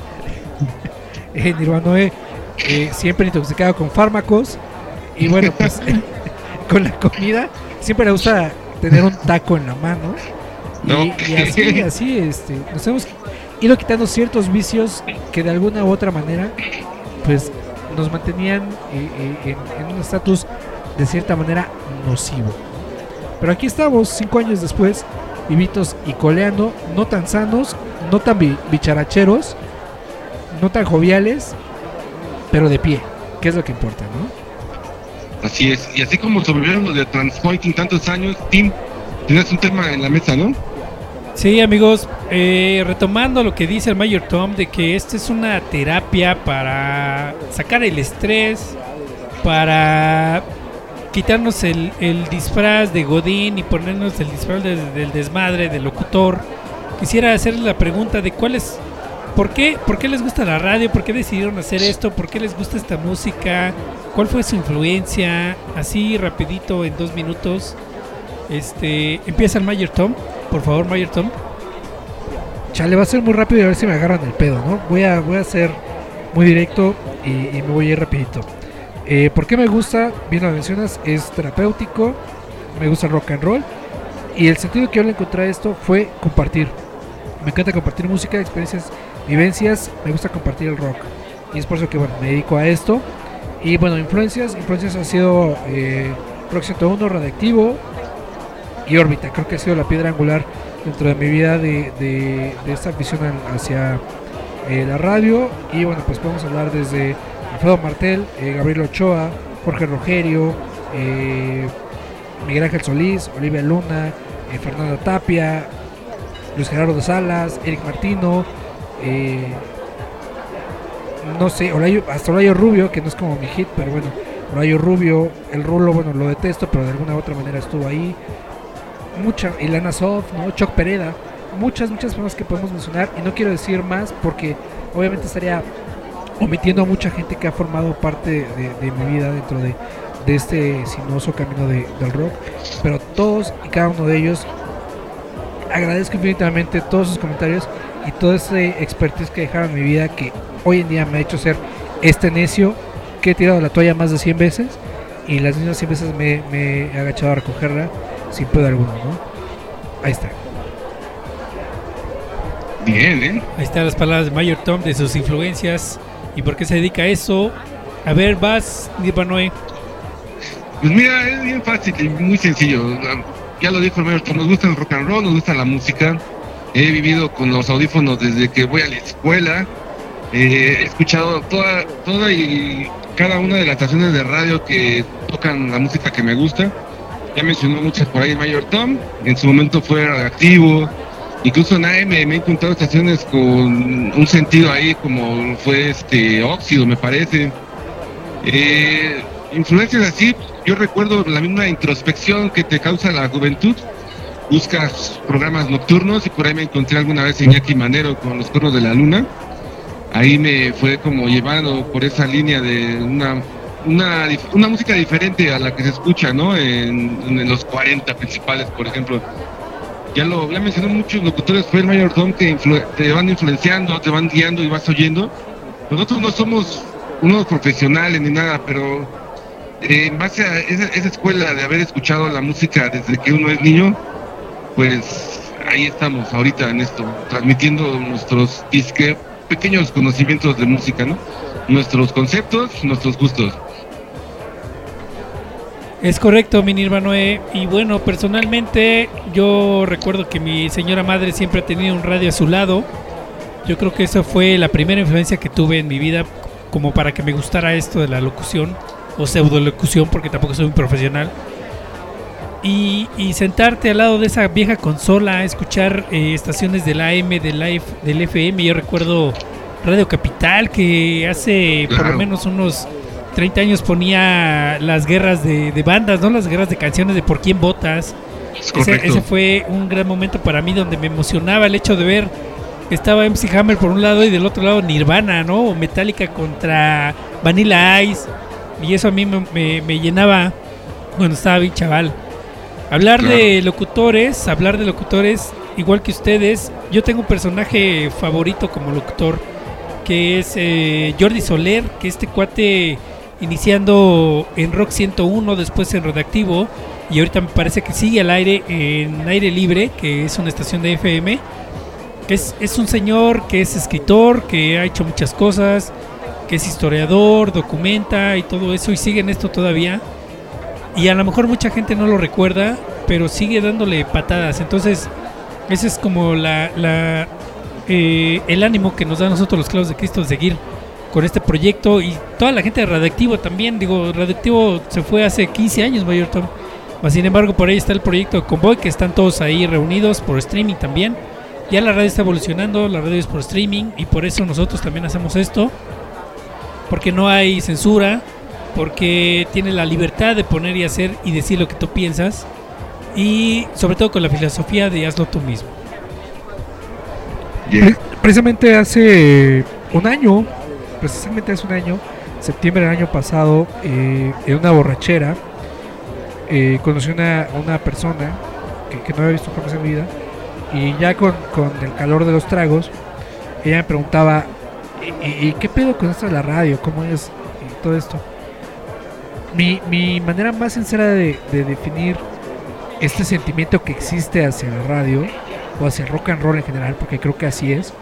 Nirvanoe siempre intoxicado con fármacos. Y bueno, pues con la comida siempre le gusta tener un taco en la mano. Y, No. y así nos hemos ido quitando ciertos vicios que de alguna u otra manera pues nos mantenían en un estatus de cierta manera nocivo. Pero aquí estamos 5 años después, vivitos y coleando, no tan sanos, no tan bicharacheros, no tan joviales, pero de pie, que es lo que importa, ¿no? Así es, y así como sobrevivieron los de Transpointing tantos años, Tim, tienes un tema en la mesa, ¿no? Sí, amigos, retomando lo que dice el Mayor Tom, de que esta es una terapia para sacar el estrés, para quitarnos el disfraz de Godín y ponernos el disfraz del desmadre, del locutor. Quisiera hacerles la pregunta de ¿por qué les gusta la radio? ¿Por qué decidieron hacer esto? ¿Por qué les gusta esta música? ¿Cuál fue su influencia? Así rapidito, en 2 minutos. Empieza el Mayor Tom. Por favor, Mayor Tom. Chale, va a ser muy rápido y a ver si me agarran el pedo, ¿no? Voy a ser muy directo y me voy a ir rapidito. ¿Por qué me gusta? Bien lo mencionas, es terapéutico, me gusta el rock and roll. Y el sentido que yo le encontré a esto fue compartir. Me encanta compartir música, experiencias, vivencias, me gusta compartir el rock. Y es por eso que, bueno, me dedico a esto. Y bueno, influencias ha sido Rock 101, Radioactivo y Órbita. Creo que ha sido la piedra angular dentro de mi vida de esta afición hacia la radio. Y bueno, pues podemos hablar desde Alfredo Martel, Gabriel Ochoa, Jorge Rogerio, Miguel Ángel Solís, Olivia Luna, Fernando Tapia, Luis Gerardo de Salas, Eric Martino, no sé, hasta Olayo Rubio, que no es como mi hit, pero bueno, Olayo Rubio, el Rulo, bueno, lo detesto, pero de alguna u otra manera estuvo ahí. Ilana Sof, ¿no? Choc Pereda, muchas personas que podemos mencionar, y no quiero decir más porque obviamente estaría omitiendo a mucha gente que ha formado parte de mi vida dentro de este sinuoso camino del rock, pero todos y cada uno de ellos agradezco infinitamente todos sus comentarios y todo ese expertise que dejaron en mi vida, que hoy en día me ha hecho ser este necio que he tirado la toalla más de 100 veces y las mismas 100 veces me he agachado a recogerla sin pedo alguno, ¿no? Ahí está. Bien, ¿eh? Ahí están las palabras de Mayor Tom, de sus influencias y por qué se dedica a eso. A ver, vas, Nirvanoe. Pues mira, es bien fácil y muy sencillo. Ya lo dijo el Mayor Tom, nos gusta el rock and roll, nos gusta la música. He vivido con los audífonos desde que voy a la escuela. He escuchado toda y cada una de las estaciones de radio que tocan la música que me gusta. Ya mencionó muchas por ahí el Mayor Tom. En su momento fue Radioactivo. Incluso en AM me he encontrado estaciones con un sentido ahí, como fue Óxido, me parece. Influencias así, yo recuerdo la misma introspección que te causa la juventud. Buscas programas nocturnos y por ahí me encontré alguna vez a Iñaki Manero con Los Cuernos de la Luna. Ahí me fue como llevando por esa línea de una música diferente a la que se escucha, ¿no? En los 40 principales, por ejemplo. Ya mencionó muchos locutores, fue el Mayor Tom, que te van influenciando, te van guiando y vas oyendo. Nosotros no somos unos profesionales ni nada, pero en base a esa escuela de haber escuchado la música desde que uno es niño, pues ahí estamos ahorita en esto, transmitiendo nuestros pequeños conocimientos de música, ¿no? Nuestros conceptos, nuestros gustos. Es correcto, mi Nirvanoe. Y bueno, personalmente yo recuerdo que mi señora madre siempre ha tenido un radio a su lado. Yo creo que esa fue la primera influencia que tuve en mi vida como para que me gustara esto de la locución o pseudolocución, porque tampoco soy un profesional. y sentarte al lado de esa vieja consola a escuchar estaciones del AM, del FM. Yo recuerdo Radio Capital, que hace por lo menos unos 30 años ponía las guerras de bandas, ¿no? Las guerras de canciones de Por quién votas. Ese fue un gran momento para mí, donde me emocionaba el hecho de ver, estaba MC Hammer por un lado y del otro lado Nirvana, ¿no? O Metallica contra Vanilla Ice. Y eso a mí me llenaba cuando estaba bien chaval. Hablar de locutores, igual que ustedes. Yo tengo un personaje favorito como locutor, que es Jordi Soler, que este cuate, iniciando en Rock 101, después en Radioactivo, y ahorita me parece que sigue al aire en Aire Libre, que es una estación de FM. Es un señor que es escritor, que ha hecho muchas cosas, que es historiador, documenta y todo eso, y sigue en esto todavía. Y a lo mejor mucha gente no lo recuerda, pero sigue dándole patadas. Entonces, ese es como el ánimo que nos da a nosotros los Clavos de Cristo de seguir con este proyecto. Y toda la gente de Radioactivo también. Digo, Radioactivo se fue hace 15 años, Mayor Tom. Sin embargo, por ahí está el proyecto de Convoy, que están todos ahí reunidos por streaming también. Ya la radio está evolucionando, la radio es por streaming, y por eso nosotros también hacemos esto. Porque no hay censura, porque tienes la libertad de poner y hacer y decir lo que tú piensas, y sobre todo con la filosofía de hazlo tú mismo. Precisamente hace un año, septiembre del año pasado, en una borrachera, conocí a una persona que no había visto jamás en mi vida, y ya con el calor de los tragos, ella me preguntaba, ¿y qué pedo con esto de la radio? ¿Cómo es? Y todo esto. Mi manera más sincera de definir este sentimiento que existe hacia la radio o hacia el rock and roll en general, porque creo que así es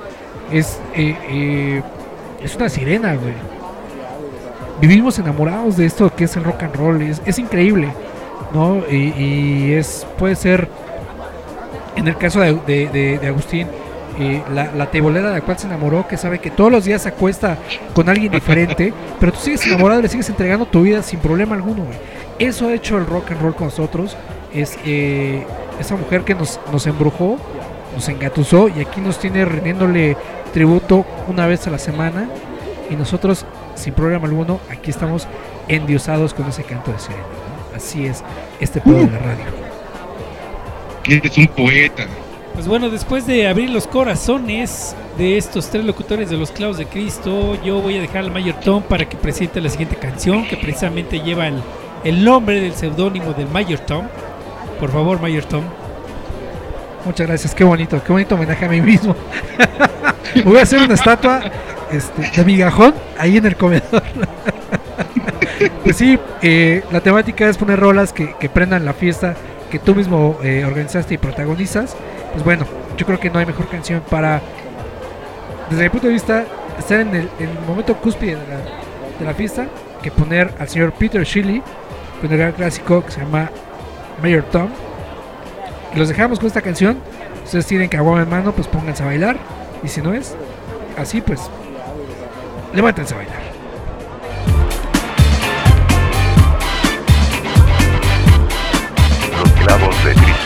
una sirena, güey. Vivimos enamorados de esto que es el rock and roll, es increíble, ¿no? Y puede ser, en el caso de Agustín, la tebolera de la cual se enamoró, que sabe que todos los días se acuesta con alguien diferente, pero tú sigues enamorado, le sigues entregando tu vida sin problema alguno, güey. Eso ha hecho el rock and roll con nosotros. Es esa mujer que nos embrujó, nos engatusó, y aquí nos tiene rindiéndole tributo una vez a la semana, y nosotros sin problema alguno aquí estamos endiosados con ese canto de sirena, ¿no? Así es este pedo de la radio. Eres un poeta. Pues bueno, después de abrir los corazones de estos tres locutores de los Clavos de Cristo, yo voy a dejar al Mayor Tom para que presente la siguiente canción, que precisamente lleva el nombre del seudónimo del Mayor Tom. Por favor, Mayor Tom. Muchas gracias, qué bonito homenaje a mí mismo. Voy a hacer una estatua de migajón ahí en el comedor. Pues sí, la temática es poner rolas que prendan la fiesta que tú mismo organizaste y protagonizas. Pues bueno, yo creo que no hay mejor canción para, desde mi punto de vista, estar en el momento cúspide de la fiesta, que poner al señor Peter Shelley con el gran clásico que se llama Mayor Tom. Y los dejamos con esta canción. Ustedes tienen caguama en mano, pues pónganse a bailar, y si no es así, pues levántense a bailar. Los Clavos de Cristo.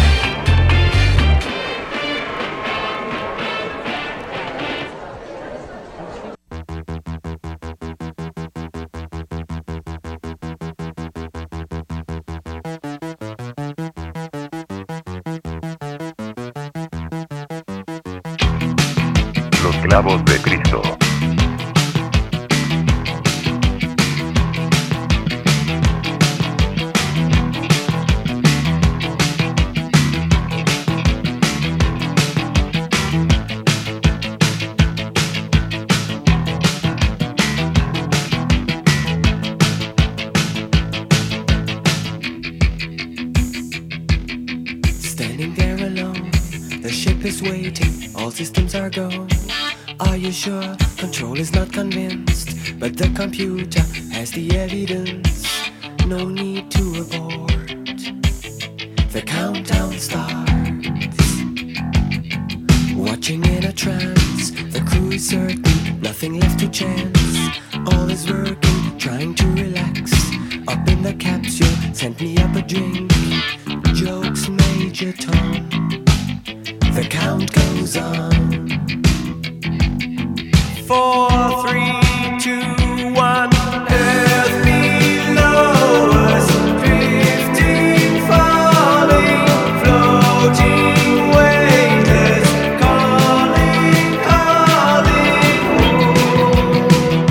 Los Clavos de Cristo. Standing there alone, the ship is waiting, all systems are go. Are you sure? Control is not convinced, but the computer has the evidence. No need to abort. The countdown starts. Watching in a trance, the crew is certain, nothing left to chance. All is working, trying to relax. Up in the capsule, sent me up a drink. jokes, Major Tom. The count goes on. 4, 3, 2, 1. Earth below us, drifting, falling, floating, weightless, calling, calling home.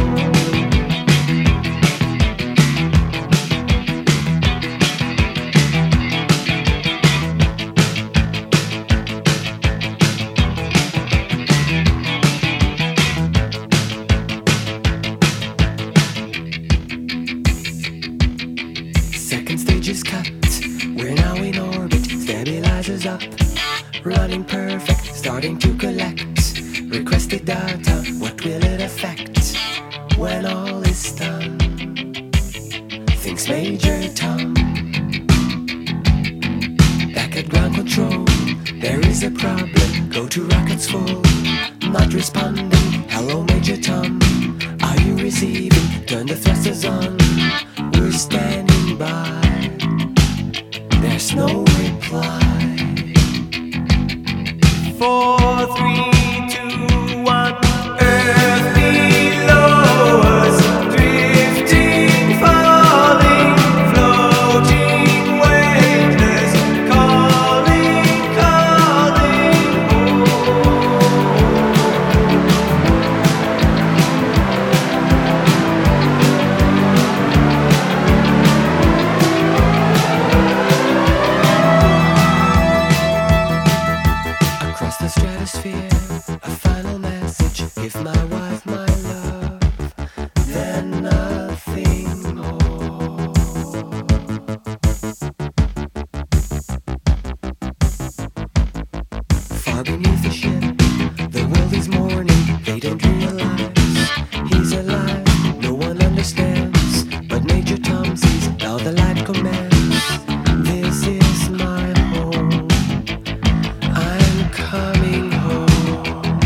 Second stage is cut. We're now in orbit. Stabilizers up. Running perfect. Starting to collect requested data. What will it affect when all is done? Thinks Major Tom. Back at ground control. There is a problem. Go to rockets full. Not responding. Hello, Major Tom. Are you receiving? Turn the thrusters on. We're standing by. There's no reply. 4, 3, 2, 1. Earth below us, drifting, falling, floating, weightless, calling, calling home. Across the stratosphere, a final message. Give my wife my love, then nothing more. Far beneath the ship, the world is mourning. They don't realize he's alive. No one understands, but Major Tom sees. Now the light commands. This is my home. I'm coming home.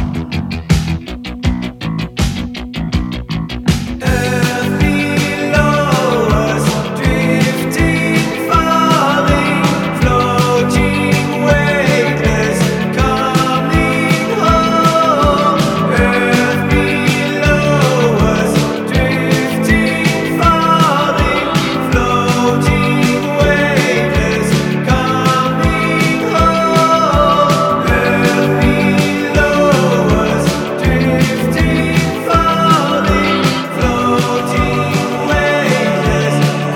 Earth below us, drifting, falling, floating, weightless, coming home. Earth below us, drifting, falling, floating, weightless, coming home. Earth below us, drifting, falling, floating, weightless,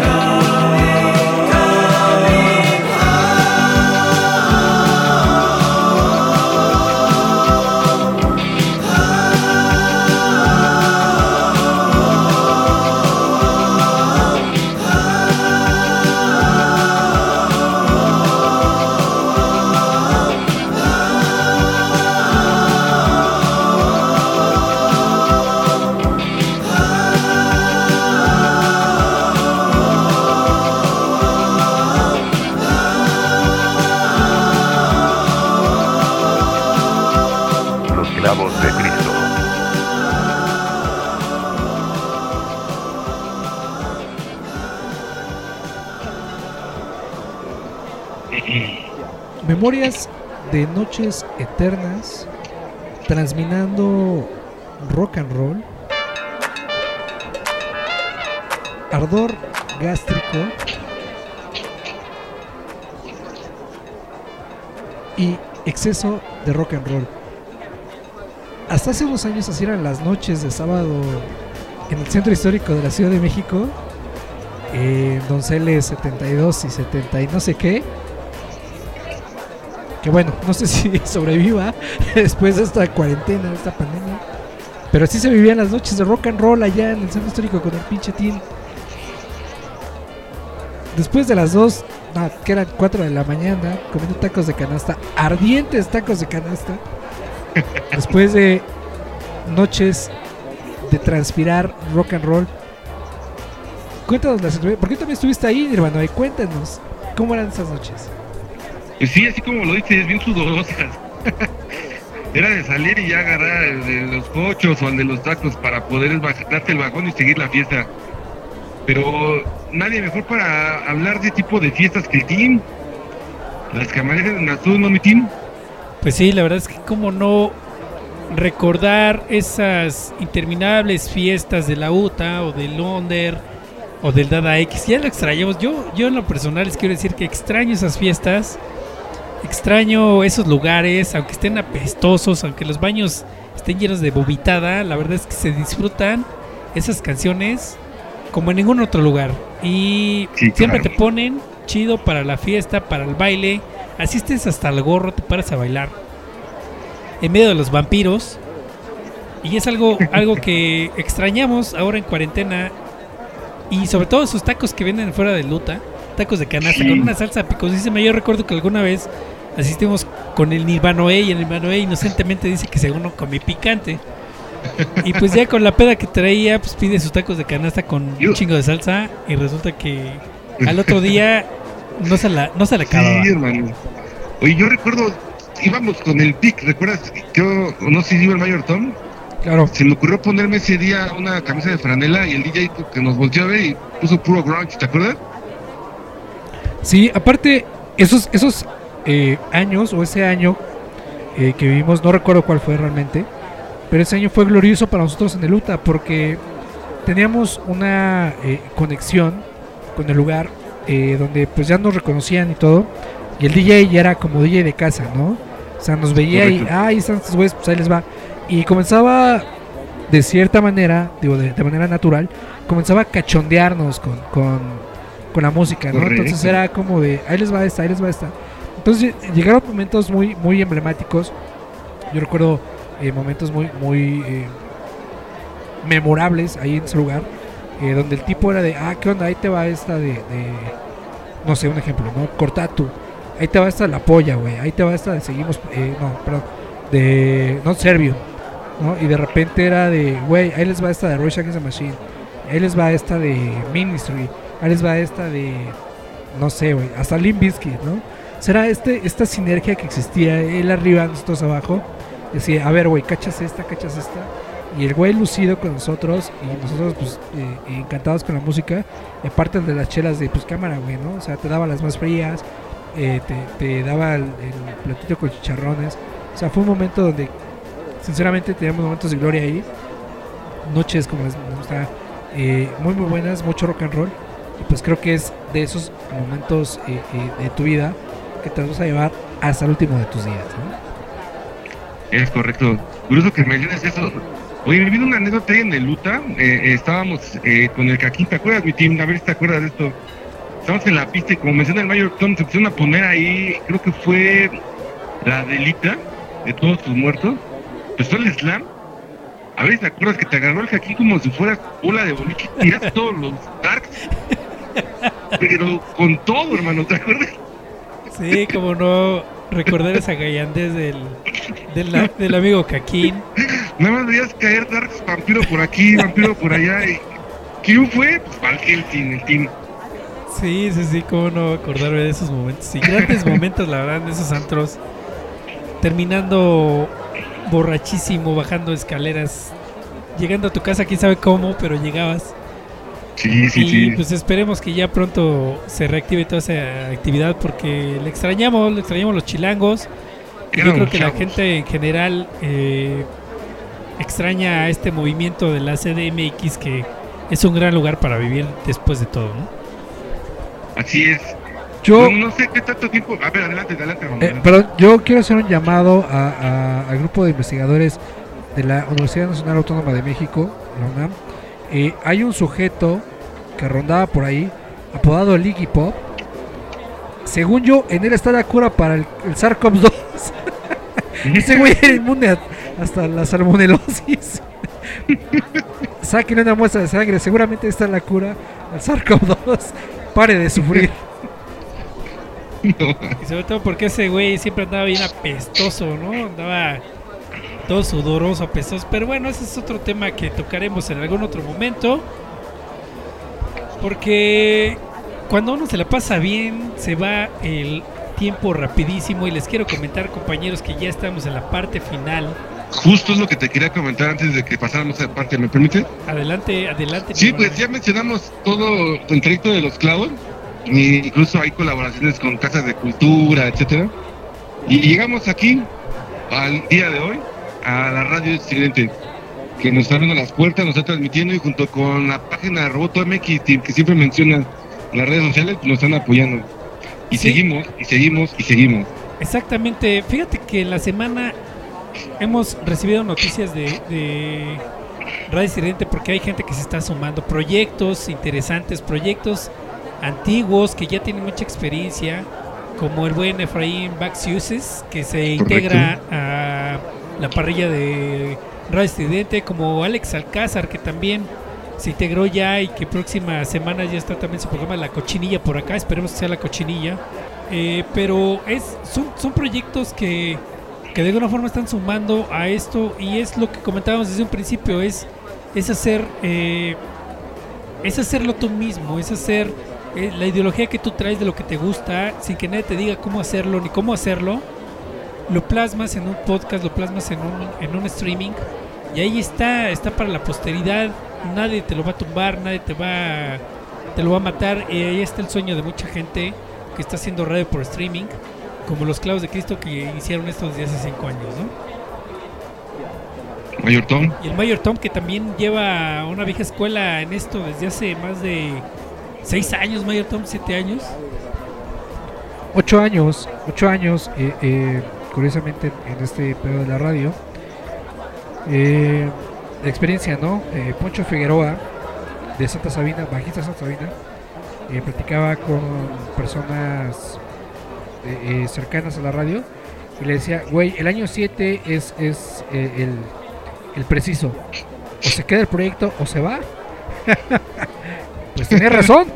Los clavos de Cristo. Memorias de noches eternas, transminando rock and roll, ardor gástrico y exceso de rock and roll. Hasta hace unos años así eran las noches de sábado en el centro histórico de la Ciudad de México, en Donceles 72 y 70 y no sé qué. Que bueno, no sé si sobreviva después de esta cuarentena, de esta pandemia. Pero así se vivían las noches de rock and roll allá en el centro histórico con el pinche Tin. Después de las 2, no, que eran 4 de la mañana, comiendo tacos de canasta, ardientes tacos de canasta. Después de noches de transpirar rock and roll. Cuéntanos las entrevistas. ¿Por qué también estuviste ahí, hermano? Y cuéntanos, ¿cómo eran esas noches? Pues sí, así como lo dices, bien sudorosas. Era de salir y ya agarrar el de los cochos o el de los tacos para poder darte el bajón y seguir la fiesta. Pero nadie mejor para hablar de tipo de fiestas que el Team. Las que amanecen en azul, ¿no, mi team? Pues sí, la verdad es que cómo no recordar esas interminables fiestas de la UTA o del Onder o del Dada X. Ya lo extrañamos. Yo en lo personal les quiero decir que extraño esas fiestas. Extraño esos lugares, aunque estén apestosos, aunque los baños estén llenos de vomitada. La verdad es que se disfrutan esas canciones como en ningún otro lugar. Y Sí, siempre claro. te ponen chido para la fiesta, para el baile. Asistes hasta el gorro, te paras a bailar en medio de los vampiros. Y es algo que extrañamos ahora en cuarentena. Y sobre todo esos tacos que venden fuera de Luta, tacos de canasta Sí. con una salsa picosísima. Yo recuerdo que alguna vez asistimos con el Nirvanoe y el Nirvanoe inocentemente dice que según no comí picante. Y pues ya con la peda que traía, pues pide sus tacos de canasta con un chingo de salsa y resulta que al otro día no se la acababa. Sí, hermano. Oye, yo recuerdo, íbamos con el PIC, ¿recuerdas? Yo, no sé si iba el Mayor Tom. Claro. Se me ocurrió ponerme ese día una camisa de franela y el DJ que nos volteó a ver y puso puro grunge, ¿te acuerdas? Sí, aparte, esos años o ese año que vivimos, no recuerdo cuál fue realmente, pero ese año fue glorioso para nosotros en el UTA porque teníamos una conexión con el lugar donde pues ya nos reconocían y todo, y el DJ ya era como DJ de casa, ¿no? O sea, nos veía Correcto. y, ahí están estos güeyes, pues ahí les va. Y comenzaba de cierta manera, digo, de manera natural, comenzaba a cachondearnos con la música, ¿no? Correcto. Entonces era como de, ahí les va esta, ahí les va esta. Entonces llegaron momentos muy, muy emblemáticos. Yo recuerdo momentos muy, muy memorables ahí en ese lugar, donde el tipo era de, ¿qué onda? Ahí te va esta no sé, un ejemplo, ¿no? Cortatu. Ahí te va esta La Polla, güey. Ahí te va esta de Seguimos, no, perdón, de Not Servium, ¿no? Y de repente era de, güey, ahí les va esta de Rage Against the Machine. Ahí les va esta de Ministry. Ahí les va esta de, no sé, güey, hasta Limp Bizkit, ¿no? Será esta sinergia que existía, él arriba, nosotros abajo. Decía, a ver, güey, cachas esta. Y el güey lucido con nosotros y nosotros, pues, encantados con la música. Y aparte de las chelas de, pues, cámara, güey, ¿no? O sea, te daba las más frías, te daba el platito con chicharrones. O sea, fue un momento donde, sinceramente, teníamos momentos de gloria ahí. Noches, como les gusta, muy, muy buenas, mucho rock and roll. Y pues creo que es de esos momentos de tu vida que te vas a llevar hasta el último de tus días, ¿no? Es correcto. Curioso que menciones eso. Oye, me vino una anécdota ahí en el Luta. Estábamos con el Caquín, ¿te acuerdas, mi team? A ver si te acuerdas de esto. Estábamos en la pista y como menciona el Mayor Tom, se pusieron a poner ahí, creo que fue la delita de todos tus muertos. Empezó el slam. A ver si te acuerdas que te agarró el Caquín como si fueras bola de boliche y tiraste todos los darks. Pero con todo, hermano, ¿te acuerdas? Sí, como no recordar esa gallandez del amigo Caquín. Nada más veías caer darks, vampiro por aquí, vampiro por allá. Y ¿quién fue? Pues Val Helsing, el team. Sí, cómo no acordarme de esos momentos. Y grandes momentos, la verdad, de esos antros. Terminando borrachísimo, bajando escaleras, llegando a tu casa, quién sabe cómo, pero llegabas. Sí, Y pues esperemos que ya pronto se reactive toda esa actividad porque le extrañamos los chilangos. Y yo Éramos creo que la chavos. gente en general extraña este movimiento de la CDMX, que es un gran lugar para vivir después de todo, ¿no? Así es. Yo, No sé qué tanto tiempo. A ver, adelante, Ramón. perdón, yo quiero hacer un llamado al grupo de investigadores de la Universidad Nacional Autónoma de México, la UNAM. Hay un sujeto que rondaba por ahí, apodado el Iggy Pop. Según yo, en él está la cura para el SARS-CoV-2. Ese güey era inmune hasta la salmonelosis. Saquen una muestra de sangre, seguramente está la cura al SARS-CoV-2. Pare de sufrir. Y sobre todo porque ese güey siempre andaba bien apestoso, ¿no? Andaba todo sudoroso, apestoso. Pero bueno, ese es otro tema que tocaremos en algún otro momento. Porque cuando uno se la pasa bien, se va el tiempo rapidísimo. Y les quiero comentar, compañeros, que ya estamos en la parte final. Justo es lo que te quería comentar antes de que pasáramos a esa parte, ¿me permite? Adelante. Sí, mi pues hermano. ya mencionamos todo el trayecto de los clavos. incluso hay colaboraciones con casas de cultura, etcétera. Y llegamos aquí, al día de hoy, a la radio Estridente, que nos está abriendo las puertas, nos está transmitiendo, y junto con la página de Roboto MX, que siempre menciona en las redes sociales, nos están apoyando. Y Sí. seguimos, y seguimos, y seguimos. Exactamente. Fíjate que en la semana hemos recibido noticias de Radio Estridente, porque hay gente que se está sumando, proyectos interesantes, proyectos antiguos que ya tienen mucha experiencia, como el buen Efraín Baxiuses, que se integra a la parrilla de Radio Estridente, como Alex Alcázar, que también se integró ya y que próxima semana ya está también su programa La Cochinilla por acá, esperemos que sea La Cochinilla. Pero son proyectos que de alguna forma están sumando a esto, y es lo que comentábamos desde un principio, es hacerlo tú mismo, es hacer la ideología que tú traes de lo que te gusta, sin que nadie te diga cómo hacerlo ni cómo hacerlo. Lo plasmas en un podcast, lo plasmas en un streaming, y ahí está para la posteridad. Nadie te lo va a tumbar, nadie te lo va a matar, y ahí está el sueño de mucha gente que está haciendo radio por streaming, como los Clavos de Cristo, que iniciaron esto desde hace 5 años, ¿no? Mayor Tom. Y el Mayor Tom, que también lleva una vieja escuela en esto desde hace más de 6 años, Mayor Tom, 7 años. 8 años, curiosamente en este pedo de la radio. La experiencia, ¿no? Poncho Figueroa, de Santa Sabina, bajista de Santa Sabina, platicaba con personas cercanas a la radio, y le decía, güey, el año 7 es el preciso. O se queda el proyecto o se va. Pues tenía razón.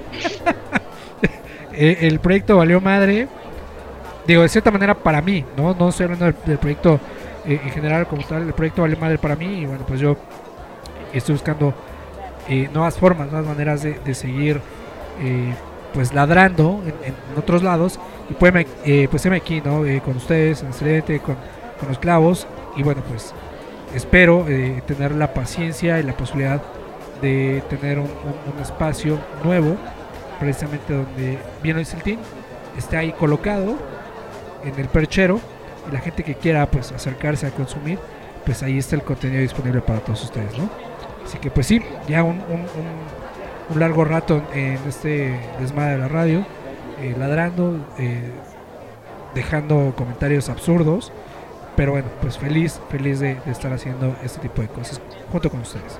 El proyecto valió madre. Digo, de cierta manera para mí, no estoy hablando del proyecto en general como tal. El proyecto valió madre para mí, y bueno, pues yo estoy buscando nuevas formas, nuevas maneras de seguir pues ladrando en otros lados, y pues heme aquí, ¿no? Con ustedes en Estridente, con los Clavos, y bueno, pues espero tener la paciencia y la posibilidad de tener un espacio nuevo, precisamente donde bien lo dice el team, esté ahí colocado en el perchero, y la gente que quiera pues acercarse a consumir, pues ahí está el contenido disponible para todos ustedes, ¿no? Así que pues sí, ya un largo rato en este desmadre de la radio, ladrando, dejando comentarios absurdos, pero bueno, pues feliz de estar haciendo este tipo de cosas junto con ustedes.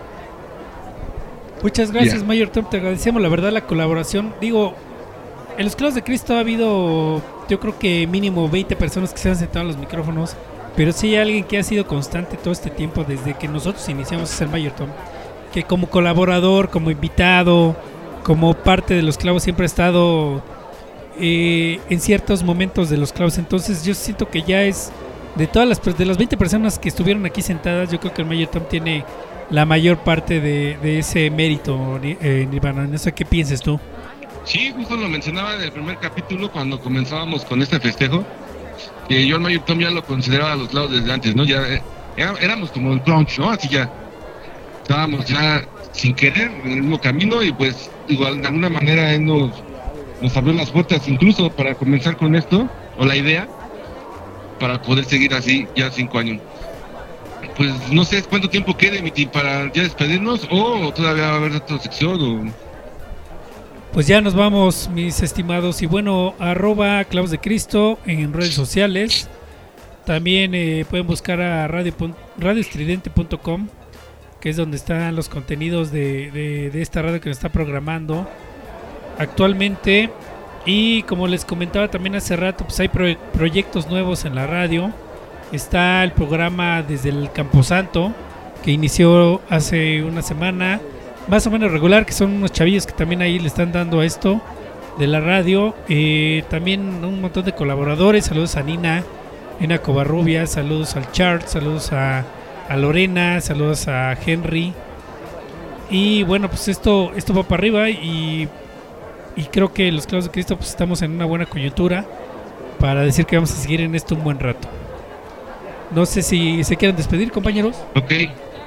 Muchas gracias, Yeah. Mayor Tom, te agradecemos la verdad la colaboración. Digo, en los Clavos de Cristo ha habido, yo creo que mínimo 20 personas que se han sentado a los micrófonos, pero sí hay alguien que ha sido constante todo este tiempo desde que nosotros iniciamos, es el Mayor Tom, que como colaborador, como invitado, como parte de los Clavos siempre ha estado en ciertos momentos de los Clavos. Entonces yo siento que ya es de las 20 personas que estuvieron aquí sentadas, yo creo que el Mayor Tom tiene la mayor parte de ese mérito, Nirvana. No sé qué pienses tú. Sí, justo lo mencionaba en el primer capítulo cuando comenzábamos con este festejo, que yo al Mayor Tom ya lo consideraba a los Clavos desde antes, ¿no? Ya éramos como el crunch, ¿no? Así ya estábamos ya sin querer en el mismo camino, y pues igual de alguna manera él nos abrió las puertas incluso para comenzar con esto, o la idea, para poder seguir así ya 5 años. Pues no sé cuánto tiempo quede, mi team, para ya despedirnos, o todavía va a haber otra sección, o... Pues ya nos vamos, mis estimados. Y bueno, @Clavos de Cristo en redes sociales. También pueden buscar a radioestridente.com, que es donde están los contenidos de esta radio que nos está programando actualmente. Y como les comentaba también hace rato, pues hay proyectos nuevos en la radio. Está el programa Desde el Camposanto, que inició hace una semana, más o menos regular, que son unos chavillos que también ahí le están dando a esto de la radio. También un montón de colaboradores. Saludos a Nina Covarrubias, saludos al Chart, saludos a Lorena, saludos a Henry. Y bueno, pues esto va para arriba, y creo que los Clavos de Cristo pues estamos en una buena coyuntura para decir que vamos a seguir en esto un buen rato. No sé si se quieren despedir, compañeros. Ok.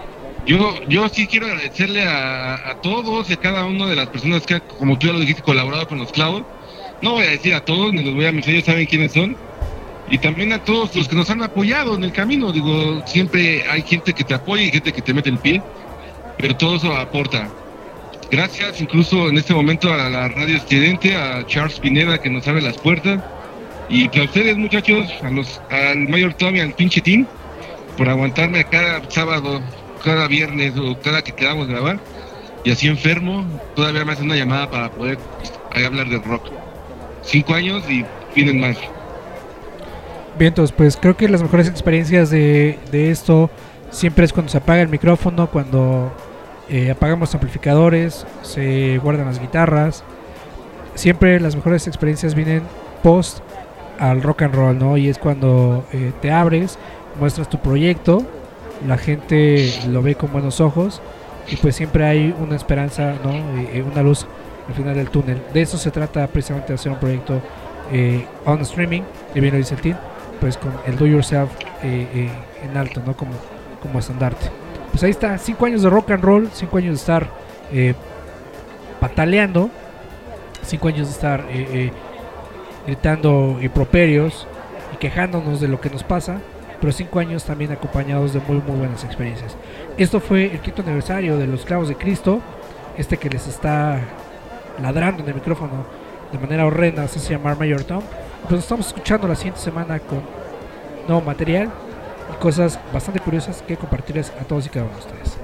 Yo sí quiero agradecerle a todos y a cada una de las personas que, como tú ya lo dijiste, colaborado con los clavos. No voy a decir a todos, ni los voy a mencionar, ellos saben quiénes son. Y también a todos los que nos han apoyado en el camino. Digo, siempre hay gente que te apoya y gente que te mete el pie, pero todo eso aporta. Gracias incluso en este momento a la radio estridente, a Charles Pineda que nos abre las puertas. Y a ustedes, muchachos, al Mayor Tom y al pinche team, por aguantarme cada sábado, cada viernes o cada que quedamos grabar. Y así enfermo, todavía me hacen una llamada para poder hablar de rock. 5 años y vienen más. Bien, entonces, pues creo que las mejores experiencias de esto siempre es cuando se apaga el micrófono, cuando apagamos amplificadores, se guardan las guitarras. Siempre las mejores experiencias vienen post al rock and roll, ¿no? Y es cuando te abres, muestras tu proyecto, la gente lo ve con buenos ojos y pues siempre hay una esperanza, ¿no? Una luz al final del túnel. De eso se trata precisamente, de hacer un proyecto on streaming, y bien lo dice el team, pues con el do yourself en alto, ¿no? Como estandarte. Pues ahí está, 5 años de rock and roll, 5 años de estar pataleando, 5 años de estar gritando improperios y quejándonos de lo que nos pasa, pero 5 años también acompañados de muy muy buenas experiencias. Esto fue el 5º aniversario de los Clavos de Cristo, que les está ladrando en el micrófono de manera horrenda, se llama Mayor Tom. Pues nos estamos escuchando la siguiente semana con nuevo material y cosas bastante curiosas que compartirles a todos y cada uno de ustedes.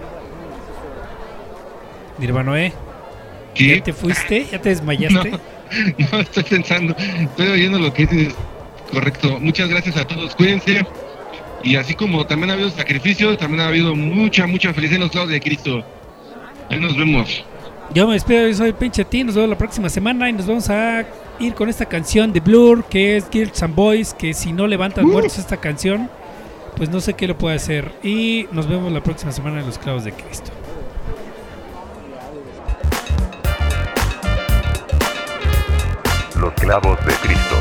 Nirvanoé, ¿Qué? ¿ya te fuiste? ¿Ya te desmayaste? No, estoy pensando, estoy oyendo lo que dices. Correcto. Muchas gracias a todos, cuídense. Y así como también ha habido sacrificios, también ha habido mucha felicidad en los Clavos de Cristo. Ahí nos vemos. Yo me despido, yo soy Pinche T, nos vemos la próxima semana y nos vamos a ir con esta canción de Blur, que es Girls and Boys, que si no levantan muertos esta canción, pues no sé qué lo puede hacer. Y nos vemos la próxima semana en los Clavos de Cristo. Los Clavos de Cristo.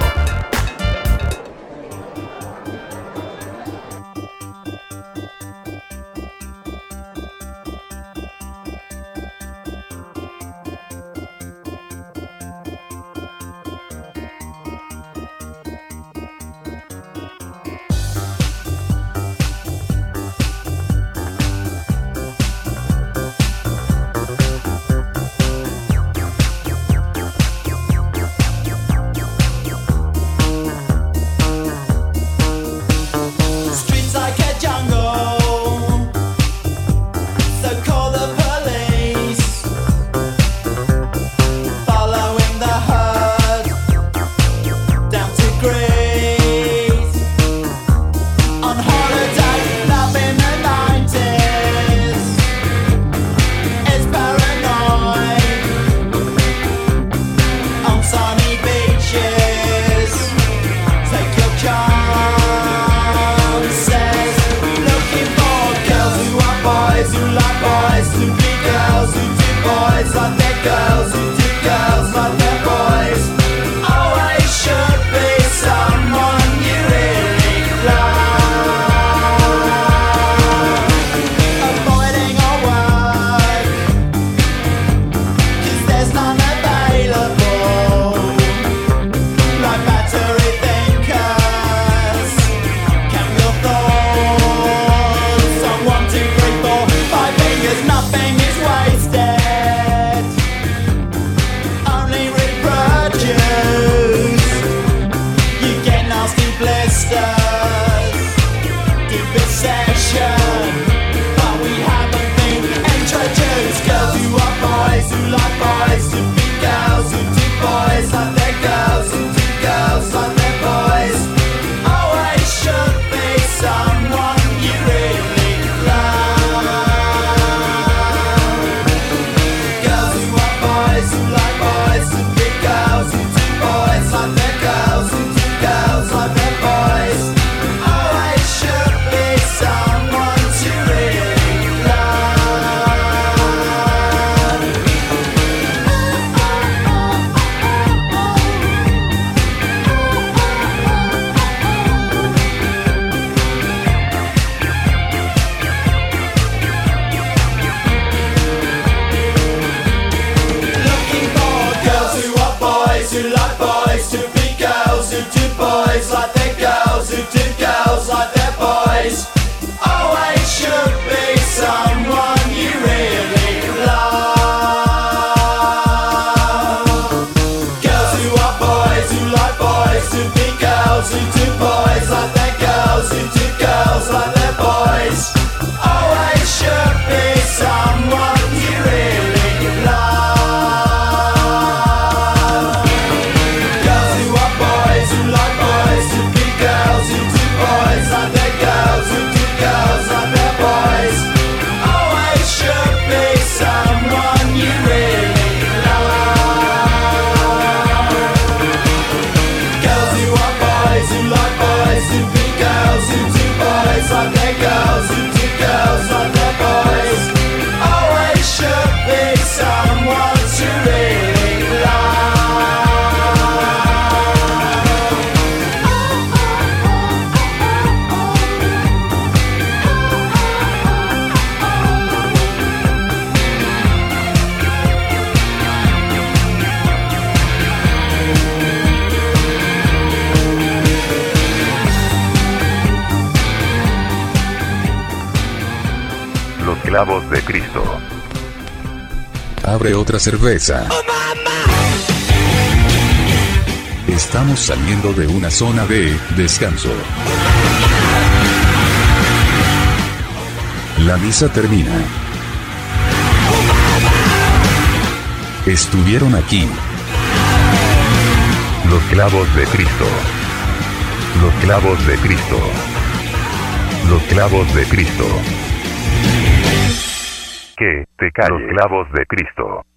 boys always should be someone you really love. Girls who are boys who like boys to be girls who do boys like their girls who do girls like their boys. Always should be someone you really love. Girls who are boys who like boys to be girls who do boys like their girls who do girls like their boys. Always should be someone you really love. Girls who are boys who like boys to be girls who do boys like their girls who do girls like their boys. Always should be someone to really Los clavos de Cristo. Abre otra cerveza. Estamos saliendo de una zona de descanso. La misa termina. Estuvieron aquí. Los clavos de Cristo. Los clavos de Cristo. Los clavos de Cristo. Que te calles. Los clavos de Cristo.